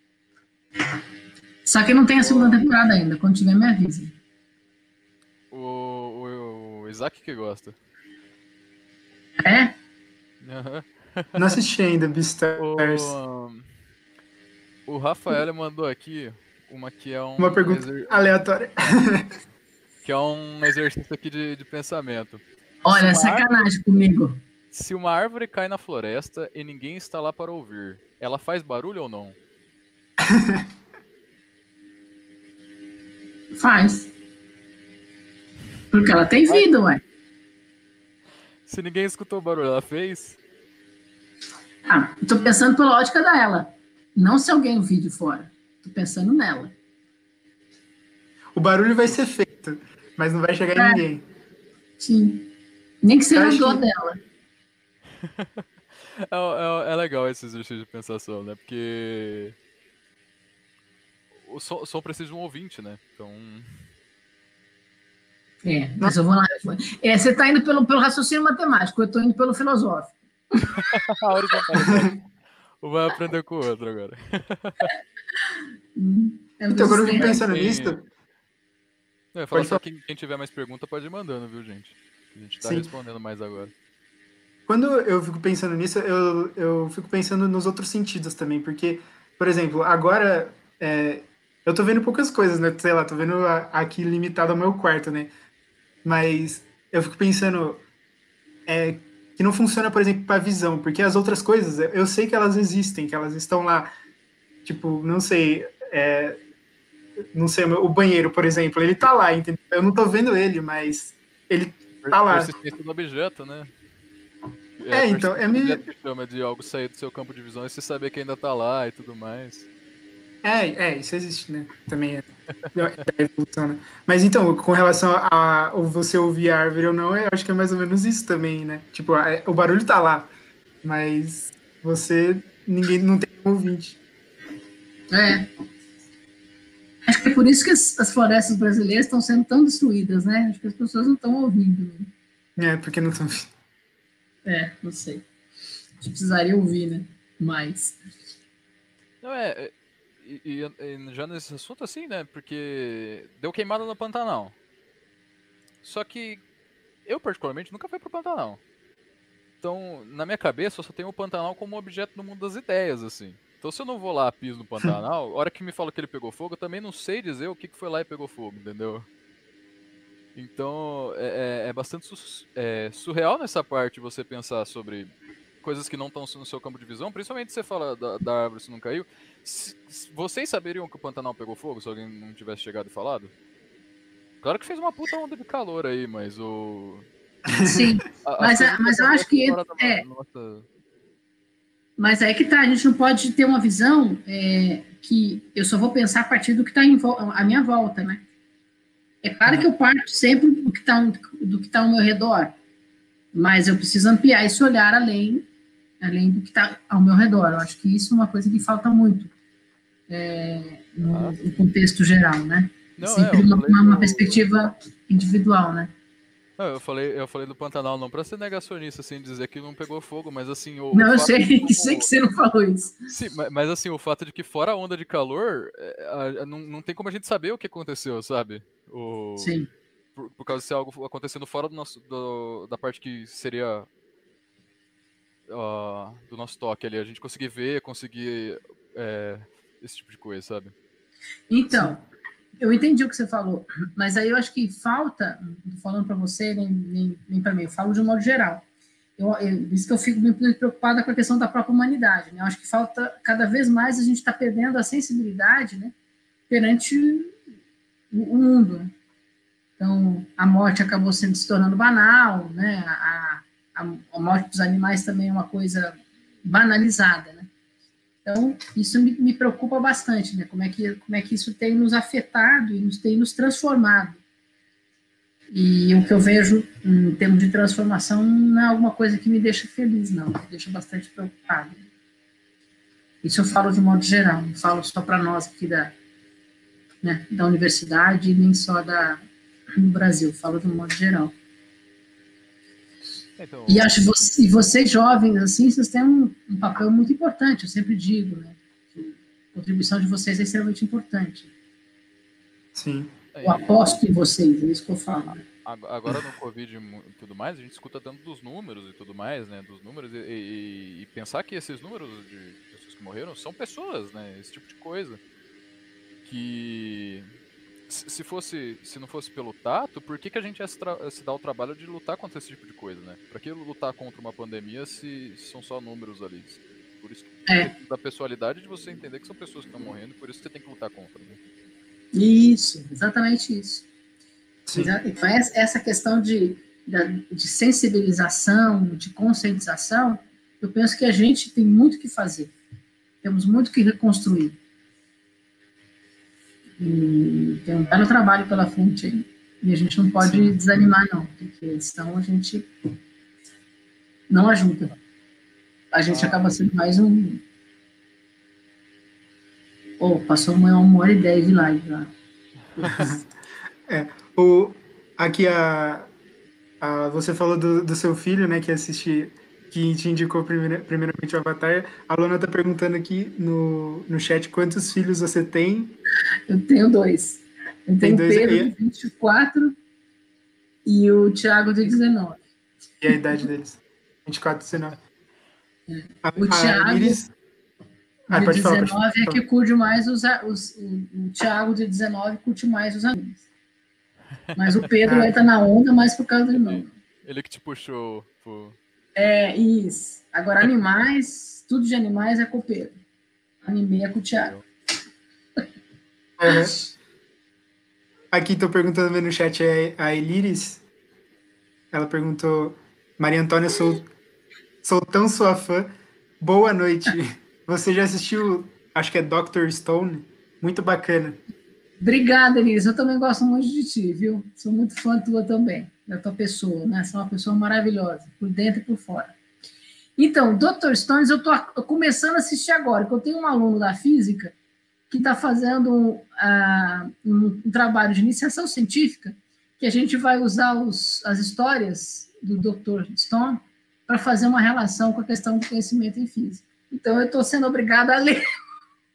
Speaker 4: Só que não tem a segunda
Speaker 3: Ó,
Speaker 4: temporada ainda. Quando tiver, me avisa.
Speaker 3: O, o, o Isaac que gosta.
Speaker 4: É?
Speaker 3: Aham.
Speaker 2: Não assisti ainda, Beastars.
Speaker 3: O, o Rafael mandou aqui uma que é
Speaker 2: Uma
Speaker 3: um,
Speaker 2: pergunta
Speaker 3: exer-
Speaker 2: aleatória.
Speaker 3: que é um exercício aqui de, de pensamento. Se
Speaker 4: Olha,
Speaker 3: uma árvore,
Speaker 4: sacanagem comigo.
Speaker 3: se uma árvore cai na floresta e ninguém está lá para ouvir, ela faz barulho ou não?
Speaker 4: Faz. Porque ela tem vida, ué.
Speaker 3: Se ninguém escutou o barulho, ela fez?
Speaker 4: Ah, tô pensando pela ótica dela. Não se alguém ouvir de fora. Tô pensando nela.
Speaker 2: O barulho vai ser feito, mas não vai chegar
Speaker 4: É.
Speaker 2: em ninguém.
Speaker 4: Sim. Nem que seja
Speaker 2: Eu
Speaker 4: a
Speaker 2: acho
Speaker 4: dor
Speaker 2: que-
Speaker 4: dela.
Speaker 3: É, é- é legal esse exercício de pensação, né? Porque o som, o som precisa de um ouvinte, né? Então,
Speaker 4: É, mas eu vou lá. eu vou- É, você tá indo pelo, pelo raciocínio matemático, eu tô indo pelo filosófico.
Speaker 3: a horizontalidade. Um vai aprender com o outro agora.
Speaker 4: Hum, é
Speaker 2: Então, agora eu fico
Speaker 4: você-
Speaker 2: pensando
Speaker 3: Tem-
Speaker 2: nisso.
Speaker 3: Eu ia falar
Speaker 2: Pode
Speaker 3: só
Speaker 2: falar.
Speaker 3: que quem tiver mais pergunta pode ir mandando, viu, gente? A gente tá
Speaker 2: Sim.
Speaker 3: respondendo mais agora.
Speaker 2: Quando eu fico pensando nisso, eu, eu fico pensando nos outros sentidos também, porque, por exemplo, agora é, eu tô vendo poucas coisas, né? Sei lá, tô vendo a- aqui limitado ao meu quarto, né? Mas eu fico pensando é, que não funciona, por exemplo, para visão, porque as outras coisas, eu sei que elas existem, que elas estão lá, tipo, não sei, é, não sei, o banheiro, por exemplo, ele tá lá, entendeu? Eu não tô vendo ele, mas ele tá lá.
Speaker 3: Persistência do objeto, né?
Speaker 2: É, então,
Speaker 3: persistência
Speaker 2: é
Speaker 3: do
Speaker 2: meio-
Speaker 3: objeto que chama de algo sair do seu campo de visão e você saber que ainda tá lá e tudo mais.
Speaker 2: É, é, isso existe, né? Também é da evolução, né? Mas então, com relação a, a você ouvir a árvore ou não, eu acho que é mais ou menos isso também, né? Tipo, a- o barulho tá lá, mas você, ninguém, não tem um ouvinte.
Speaker 4: É. Acho que é por isso que as, as florestas brasileiras estão sendo tão destruídas, né? Acho que as pessoas não estão ouvindo.
Speaker 2: É, porque não estão.
Speaker 4: É, não sei. A gente precisaria ouvir, né? Mais.
Speaker 3: Não é, é, e, e- e já nesse assunto assim, né? Porque deu queimada no Pantanal. Só que eu, particularmente, nunca fui pro Pantanal. Então, na minha cabeça, eu só tenho o Pantanal como objeto no mundo das ideias, assim. Então, se eu não vou lá, piso no Pantanal, a hora que me fala que ele pegou fogo, eu também não sei dizer o que, que foi lá e pegou fogo, entendeu? Então, é, é- é bastante su- é, surreal nessa parte você pensar sobre coisas que não estão no seu campo de visão, principalmente se você fala da, da árvore se não caiu. Se- se- vocês saberiam que o Pantanal pegou fogo se alguém não tivesse chegado e falado? Claro que fez uma puta onda de calor aí, mas o.
Speaker 4: Sim,
Speaker 3: a- As
Speaker 4: mas,
Speaker 3: coisas
Speaker 4: a-
Speaker 3: que
Speaker 4: mas eu acho
Speaker 3: acontecem
Speaker 4: que
Speaker 3: fora da
Speaker 4: é,
Speaker 3: nossa.
Speaker 4: mas é que tá, a gente não pode ter uma visão é, que eu só vou pensar a partir do que está à minha volta, né? É claro que eu parto sempre do que está do que tá ao meu redor, mas eu preciso ampliar esse olhar além, além do que está ao meu redor. Eu acho que isso é uma coisa que falta muito é, no,
Speaker 3: Ah,
Speaker 4: no contexto geral, né?
Speaker 3: não, é,
Speaker 4: Sempre
Speaker 3: eu
Speaker 4: uma,
Speaker 3: falei
Speaker 4: uma
Speaker 3: do.
Speaker 4: perspectiva individual, né?
Speaker 3: Não, eu falei, eu falei do Pantanal não pra ser negacionista, assim, dizer que não pegou fogo, mas assim, o, o
Speaker 4: Não, eu
Speaker 3: fato de
Speaker 4: sei, sei
Speaker 3: como.
Speaker 4: que você não falou isso.
Speaker 3: Sim, ma- mas assim, o fato de que fora a onda de calor, é, a- a- não, não tem como a gente saber o que aconteceu, sabe? O,
Speaker 4: Sim,
Speaker 3: por, por causa de ser algo acontecendo fora do nosso, do- da parte que seria ah, do nosso toque ali, a gente conseguir ver, conseguir é, esse tipo de coisa, sabe?
Speaker 4: então, eu entendi o que você falou, mas aí eu acho que falta, não tô falando para você, nem, nem, nem para mim, eu falo de um modo geral. Eu, eu, isso que eu fico muito preocupada com a questão da própria humanidade, né? Eu acho que falta, cada vez mais a gente está perdendo a sensibilidade, né, perante o, o mundo, né? Então, a morte acabou sendo, se tornando banal, né? A, a, a morte dos animais também é uma coisa banalizada, né? Então, isso me, me preocupa bastante, né? Como é, que, como é que isso tem nos afetado e nos tem nos transformado. E o que eu vejo em termos de transformação não é alguma coisa que me deixa feliz, não. Me deixa bastante preocupado. Isso eu falo de modo geral, não falo só para nós aqui da, né, da universidade, nem só da, do Brasil, falo de um modo geral.
Speaker 3: Então,
Speaker 4: E acho que vocês jovens, assim, vocês têm um, um papel muito importante, eu sempre digo, né? Que a contribuição de vocês é extremamente importante.
Speaker 2: Sim.
Speaker 4: Eu aposto em vocês, é isso que eu falo. Né?
Speaker 3: agora no Covid e tudo mais, a gente escuta tanto dos números e tudo mais, né? Dos números e, e- e pensar que esses números de pessoas que morreram são pessoas, né? Esse tipo de coisa. Que se se fosse, se não fosse pelo tato, por que, que a gente ia se, tra- se dar o trabalho de lutar contra esse tipo de coisa, né? Pra que lutar contra uma pandemia se são só números ali? Por isso que
Speaker 4: É.
Speaker 3: da pessoalidade de você entender que são pessoas que estão morrendo, por isso que você tem que lutar contra, né?
Speaker 4: Isso, exatamente isso.
Speaker 2: Sim.
Speaker 4: Então, essa questão de, de sensibilização, de conscientização, eu penso que a gente tem muito que fazer. Temos muito que reconstruir. E tem um belo trabalho pela frente aí. E a gente não pode Sim. desanimar, não, porque senão a gente não ajuda. A gente ah. acaba sendo mais um... Oh, passou uma, uma hora e dez de live lá.
Speaker 2: É, o, aqui a, a, você falou do, do seu filho, né, que assiste, que te indicou primeira, primeiramente o Avatar. A Lona tá perguntando aqui no, no chat quantos filhos você tem.
Speaker 4: Eu tenho dois. Eu tenho o Pedro
Speaker 2: e...
Speaker 4: de vinte e quatro e o Thiago de dezenove.
Speaker 2: E a idade deles? vinte e quatro e dezenove.
Speaker 4: É. A, o Thiago... A Iris...
Speaker 2: Ah,
Speaker 4: de
Speaker 2: pode
Speaker 4: dezenove
Speaker 2: falar, pode
Speaker 4: é que curte mais os, os o, o Thiago de dezenove curte mais os amigos. Mas o Pedro ah. entra na onda mais por causa do irmão.
Speaker 3: Ele que te puxou pro...
Speaker 4: É, isso. Agora, animais, tudo de animais é com o Pedro. Anime é com o Thiago.
Speaker 2: É. Aqui estou perguntando no chat a Eliris. Ela perguntou: Maria Antônia, sou, sou tão sua fã. Boa noite. Você já assistiu, acho que é doutor Stone? Muito bacana.
Speaker 4: Obrigada, Eliris. Eu também gosto muito de ti, viu? Sou muito fã tua também, da tua pessoa, né? Você é uma pessoa maravilhosa, por dentro e por fora. Então, doutor Stones, eu estou começando a assistir agora, porque eu tenho um aluno da física que está fazendo uh, um, um trabalho de iniciação científica, que a gente vai usar os, as histórias do doutor Stone para fazer uma relação com a questão do conhecimento em física. Então, eu estou sendo obrigada a ler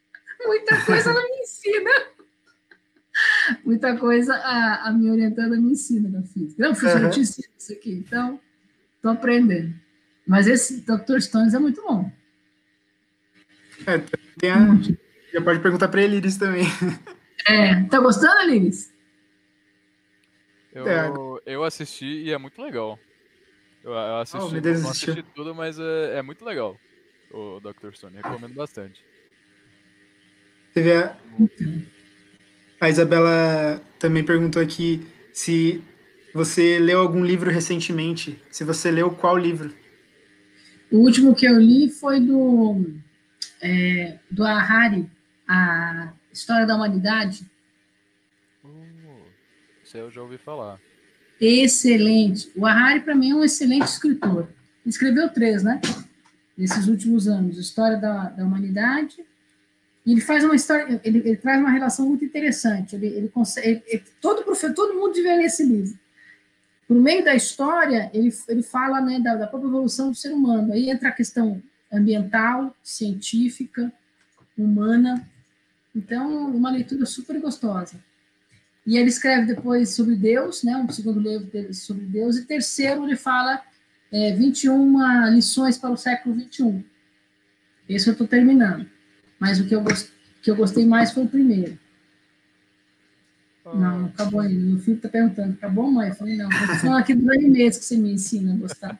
Speaker 4: Muita coisa ela me ensina. Muita coisa a, a minha orientanda me ensina da física. Não, professor, eu te ensino isso aqui. Então, estou aprendendo. Mas esse doutor Stones é muito bom.
Speaker 2: É, tem a... Já pode perguntar para ele isso também.
Speaker 4: É, tá gostando, Liris?
Speaker 3: Eu,
Speaker 2: É.
Speaker 3: eu assisti e é muito legal. Eu, eu assisti,
Speaker 2: Oh, meu
Speaker 3: não,
Speaker 2: Deus,
Speaker 3: não
Speaker 2: assistiu.
Speaker 3: assisti tudo, mas é, é muito legal o doutor Stone. Recomendo bastante.
Speaker 2: Teve a... a Isabela também perguntou aqui se você leu algum livro recentemente. Se você leu qual livro?
Speaker 4: O último que eu li foi do, é, do Harari, A História da Humanidade.
Speaker 3: Uh, isso aí eu já ouvi falar.
Speaker 4: Excelente. O Harari, para mim, é um excelente escritor. Ele escreveu três, né? Nesses últimos anos. História da, da Humanidade. E ele faz uma história, ele, ele traz uma relação muito interessante. Ele, ele consegue, ele, todo professor, todo mundo devia ler esse livro. Por meio da história, ele, ele fala, né, da, da própria evolução do ser humano. Aí entra a questão ambiental, científica, humana. Então, uma leitura super gostosa. E ele escreve depois sobre Deus, né, um segundo livro sobre Deus, e terceiro ele fala é, vinte e uma lições para o século vinte e um. Esse eu estou terminando. Mas o que eu, que eu gostei mais foi o primeiro. Ah. Não, não acabou ainda. Meu filho está perguntando, acabou, mãe? Eu falei, não, estou falando aqui dos animes que você me ensina a gostar.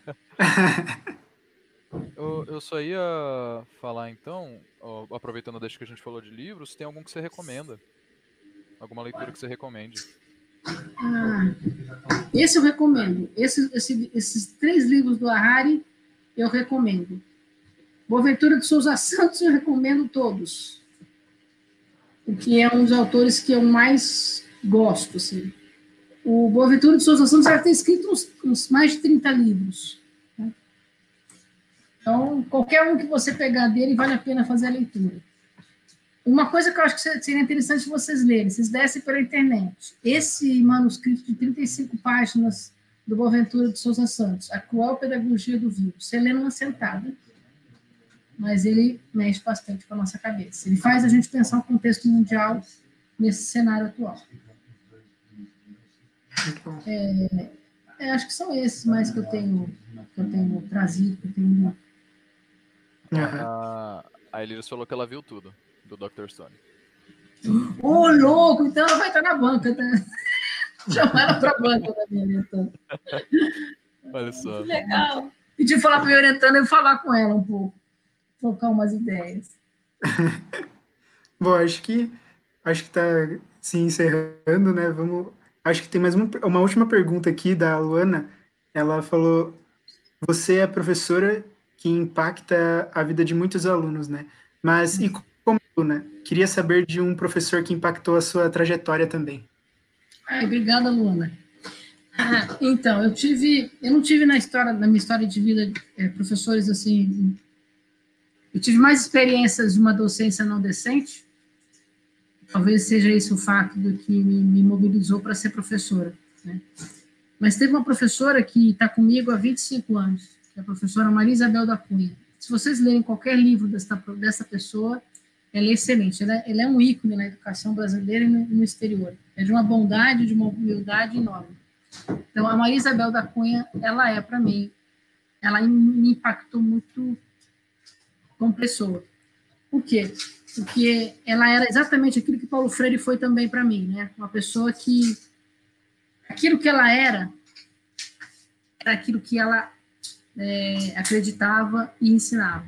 Speaker 3: eu, eu só ia falar então, ó, aproveitando desde que a gente falou de livros, tem algum que você recomenda? Alguma leitura que você recomende?
Speaker 4: Ah, esse eu recomendo. Esse, esse, esses três livros do Harari eu recomendo. Boaventura de Souza Santos eu recomendo todos. Porque é um dos autores que eu mais gosto. Assim. O Boaventura de Souza Santos já tem escrito uns, uns mais de trinta livros. Né? Então, qualquer um que você pegar dele, vale a pena fazer a leitura. Uma coisa que eu acho que seria interessante vocês lerem, vocês dessem pela internet, esse manuscrito de trinta e cinco páginas do Boaventura de Souza Santos, A Cruel Pedagogia do Vivo, você lê numa sentada, mas ele mexe bastante com a nossa cabeça. Ele faz a gente pensar um contexto mundial nesse cenário atual. É, é, acho que são esses mais que eu tenho, que eu tenho trazido, que eu tenho...
Speaker 3: Uhum. A, a Eliris falou que ela viu tudo do doutor Stone.
Speaker 4: Ô, oh, louco! Então ela vai estar na banca, né? Chamar ela para a banca da minha orientando.
Speaker 3: Olha só.
Speaker 4: Que legal. Pedi falar para minha orientando e falar com ela um pouco. Trocar umas ideias.
Speaker 2: Bom, acho que acho que está se encerrando, né? Vamos. Acho que tem mais uma, uma última pergunta aqui da Luana. Ela falou: você é professora que impacta a vida de muitos alunos, né? Mas e como aluna? Queria saber de um professor que impactou a sua trajetória também.
Speaker 4: Ai, obrigada, Luana. Ah, então, eu tive, eu não tive na história, na minha história de vida, é, professores assim. Eu tive mais experiências de uma docência não decente. Talvez seja esse o fato do que me, me mobilizou para ser professora. Né? Mas teve uma professora que está comigo há vinte e cinco anos, que é a professora Maria Isabel da Cunha. Se vocês lerem qualquer livro dessa, dessa pessoa, ela é excelente. Ela, ela é um ícone na educação brasileira e no, no exterior. É de uma bondade, de uma humildade enorme. Então, a Maria Isabel da Cunha, ela é, para mim, ela me impactou muito como pessoa. Por quê? Porque ela era exatamente aquilo que Paulo Freire foi também para mim, né? Uma pessoa que aquilo que ela era era aquilo que ela é, acreditava e ensinava.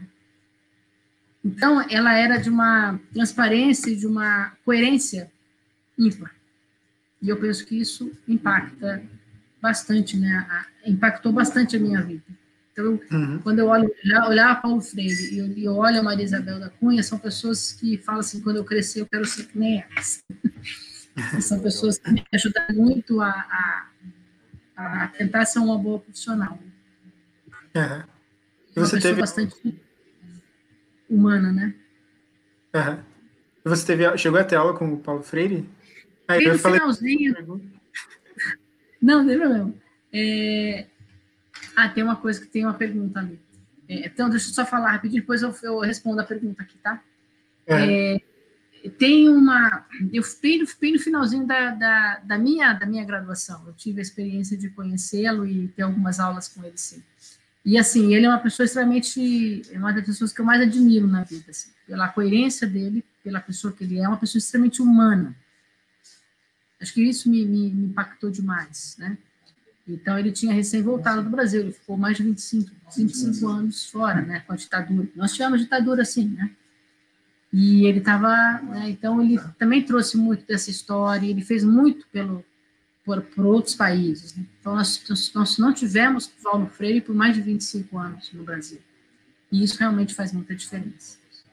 Speaker 4: Então, ela era de uma transparência e de uma coerência ímpar. E eu penso que isso impacta bastante, né? A, impactou bastante a minha vida. Então, uhum. quando eu olho, olhar Paulo Freire e eu, eu olho a Maria Isabel da Cunha, são pessoas que falam assim, quando eu crescer, eu quero ser que nem elas. São pessoas que me ajudam muito a, a, a tentar ser uma boa profissional.
Speaker 2: Uhum.
Speaker 4: Uma
Speaker 2: você
Speaker 4: pessoa
Speaker 2: teve...
Speaker 4: bastante humana, né?
Speaker 2: Uhum. Você teve... chegou a ter aula com o Paulo Freire?
Speaker 4: Aí eu falei... finalzinho... Não, não tem problema. É... Ah, tem uma coisa que tem uma pergunta ali. É, então, deixa eu só falar rapidinho, depois eu, eu respondo a pergunta aqui, tá? É. É, tem uma... Eu bem no, bem no finalzinho da, da, da, minha, da minha graduação, eu tive a experiência de conhecê-lo e ter algumas aulas com ele, sim. E, assim, ele é uma pessoa extremamente... É uma das pessoas que eu mais admiro na vida, assim, pela coerência dele, pela pessoa que ele é, uma pessoa extremamente humana. Acho que isso me, me, me impactou demais, né? Então, ele tinha recém-voltado do Brasil, ele ficou mais de vinte e cinco, vinte e cinco anos fora, né, com a ditadura. Nós tivemos ditadura, assim, né? E ele estava... Né, então, ele também trouxe muito dessa história, ele fez muito pelo, por, por outros países. Né? Então, nós, nós não tivemos Paulo Freire por mais de vinte e cinco anos no Brasil. E isso realmente faz muita diferença.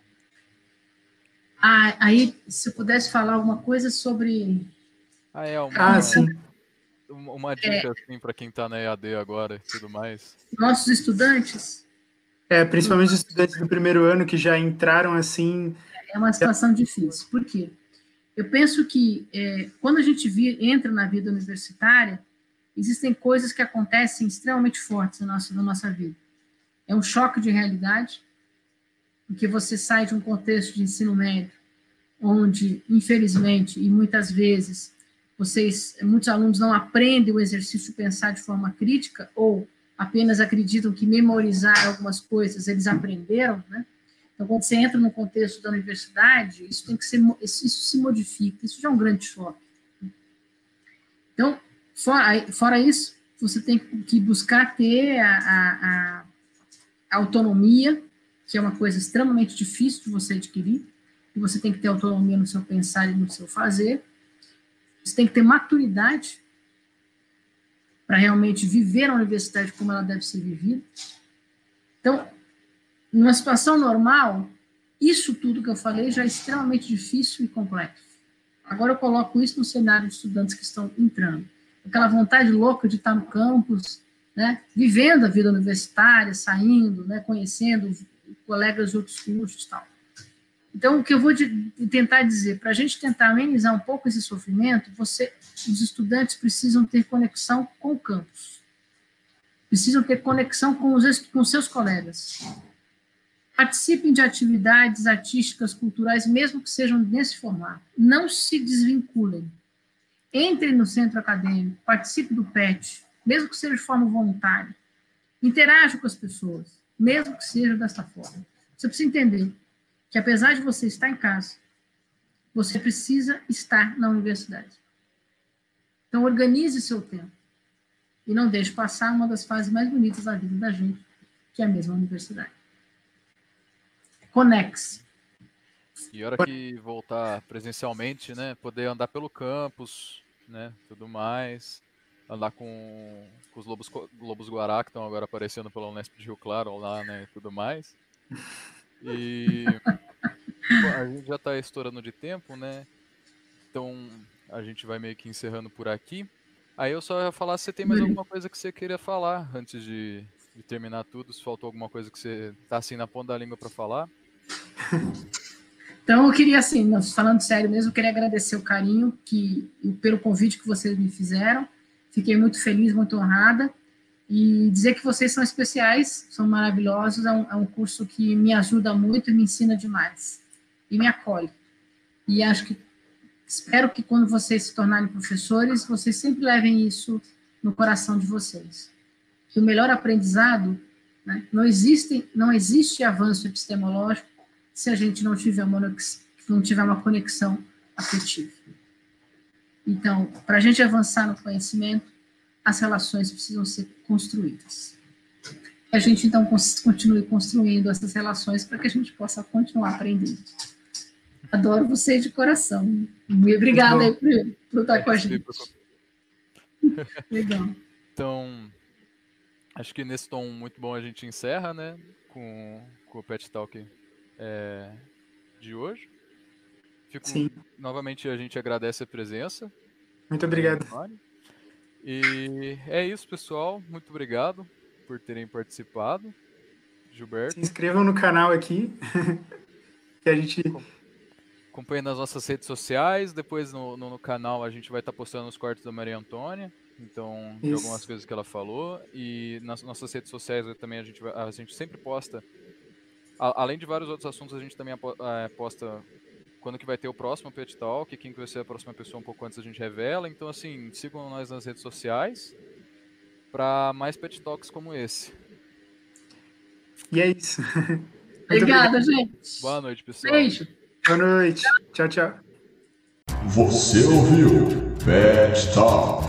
Speaker 4: Ah, aí, se eu pudesse falar alguma coisa sobre...
Speaker 3: Ah, é, uma,
Speaker 2: Ah, sim.
Speaker 3: uma dica, assim, para quem está na E A D agora e tudo mais.
Speaker 4: Nossos estudantes...
Speaker 2: É, principalmente os estudantes do primeiro ano que já entraram assim...
Speaker 4: É uma situação difícil. Por quê? Eu penso que é, quando a gente vir, entra na vida universitária, existem coisas que acontecem extremamente fortes na nossa, na nossa vida. É um choque de realidade, porque você sai de um contexto de ensino médio, onde, infelizmente, e muitas vezes, vocês, muitos alunos não aprendem o exercício de pensar de forma crítica, ou apenas acreditam que memorizar algumas coisas eles aprenderam, né? Então, quando você entra no contexto da universidade, isso tem que ser, isso se modifica, isso já é um grande choque. Então, fora, fora isso, você tem que buscar ter a, a, a autonomia, que é uma coisa extremamente difícil de você adquirir, e você tem que ter autonomia no seu pensar e no seu fazer. Você tem que ter maturidade para realmente viver a universidade como ela deve ser vivida. Então, numa situação normal, isso tudo que eu falei já é extremamente difícil e complexo. Agora eu coloco isso no cenário de estudantes que estão entrando. Aquela vontade louca de estar no campus, né, vivendo a vida universitária, saindo, né, conhecendo colegas de outros cursos e tal. Então, o que eu vou de, de tentar dizer, para a gente tentar amenizar um pouco esse sofrimento, você, os estudantes precisam ter conexão com o campus. Precisam ter conexão com os com seus colegas. Participem de atividades artísticas, culturais, mesmo que sejam nesse formato. Não se desvinculem. Entrem no centro acadêmico, participe do P E T, mesmo que seja de forma voluntária. Interajam com as pessoas, mesmo que seja dessa forma. Você precisa entender que, apesar de você estar em casa, você precisa estar na universidade. Então, organize seu tempo e não deixe passar uma das fases mais bonitas da vida da gente, que é a mesma universidade. Conexe.
Speaker 3: E a hora que voltar presencialmente, né, poder andar pelo campus, né, tudo mais, andar com, com os lobos, lobos guará que estão agora aparecendo pela Unesp de Rio Claro lá, né, e tudo mais. E bom, a gente já está estourando de tempo, né, então a gente vai meio que encerrando por aqui. Aí eu só ia falar se você tem mais alguma coisa que você queria falar antes de, de terminar tudo, se faltou alguma coisa que você tá assim na ponta da língua para falar.
Speaker 4: Então, eu queria, assim, falando sério mesmo, eu queria agradecer o carinho que, pelo convite que vocês me fizeram. Fiquei muito feliz, muito honrada. E dizer que vocês são especiais, são maravilhosos. É um, é um curso que me ajuda muito e me ensina demais. E me acolhe. E acho que, espero que quando vocês se tornarem professores, vocês sempre levem isso no coração de vocês. Que o melhor aprendizado, né, não, existe, não existe avanço epistemológico se a gente não tiver uma, não tiver uma conexão afetiva. Então, para a gente avançar no conhecimento, as relações precisam ser construídas. E a gente, então, continue construindo essas relações para que a gente possa continuar aprendendo. Adoro vocês de coração. Muito obrigada aí por, por estar com a gente. Legal.
Speaker 3: Então, acho que nesse tom muito bom a gente encerra, né, com, com o Pet Talk é, de hoje. Fico,
Speaker 2: Sim.
Speaker 3: Novamente a gente agradece a presença.
Speaker 2: Muito obrigado.
Speaker 3: E é isso, pessoal. Muito obrigado por terem participado. Gilberto.
Speaker 2: Se inscrevam no canal aqui. Que a gente...
Speaker 3: Acompanhe nas nossas redes sociais. Depois no, no, no canal a gente vai estar postando os cortes da Maria Antônia. Então, de
Speaker 2: Isso.
Speaker 3: algumas coisas que ela falou. E nas nossas redes sociais também a gente, vai, a gente sempre posta. A, além de vários outros assuntos, a gente também posta quando que vai ter o próximo Pet Talk, quem que vai ser a próxima pessoa um pouco antes a gente revela. Então, assim, sigam nós nas redes sociais para mais Pet Talks como esse.
Speaker 2: E é isso.
Speaker 4: Obrigada, gente.
Speaker 3: Boa noite, pessoal.
Speaker 4: Beijo.
Speaker 2: Boa noite. Tchau, tchau.
Speaker 1: Você ouviu Pet Talk.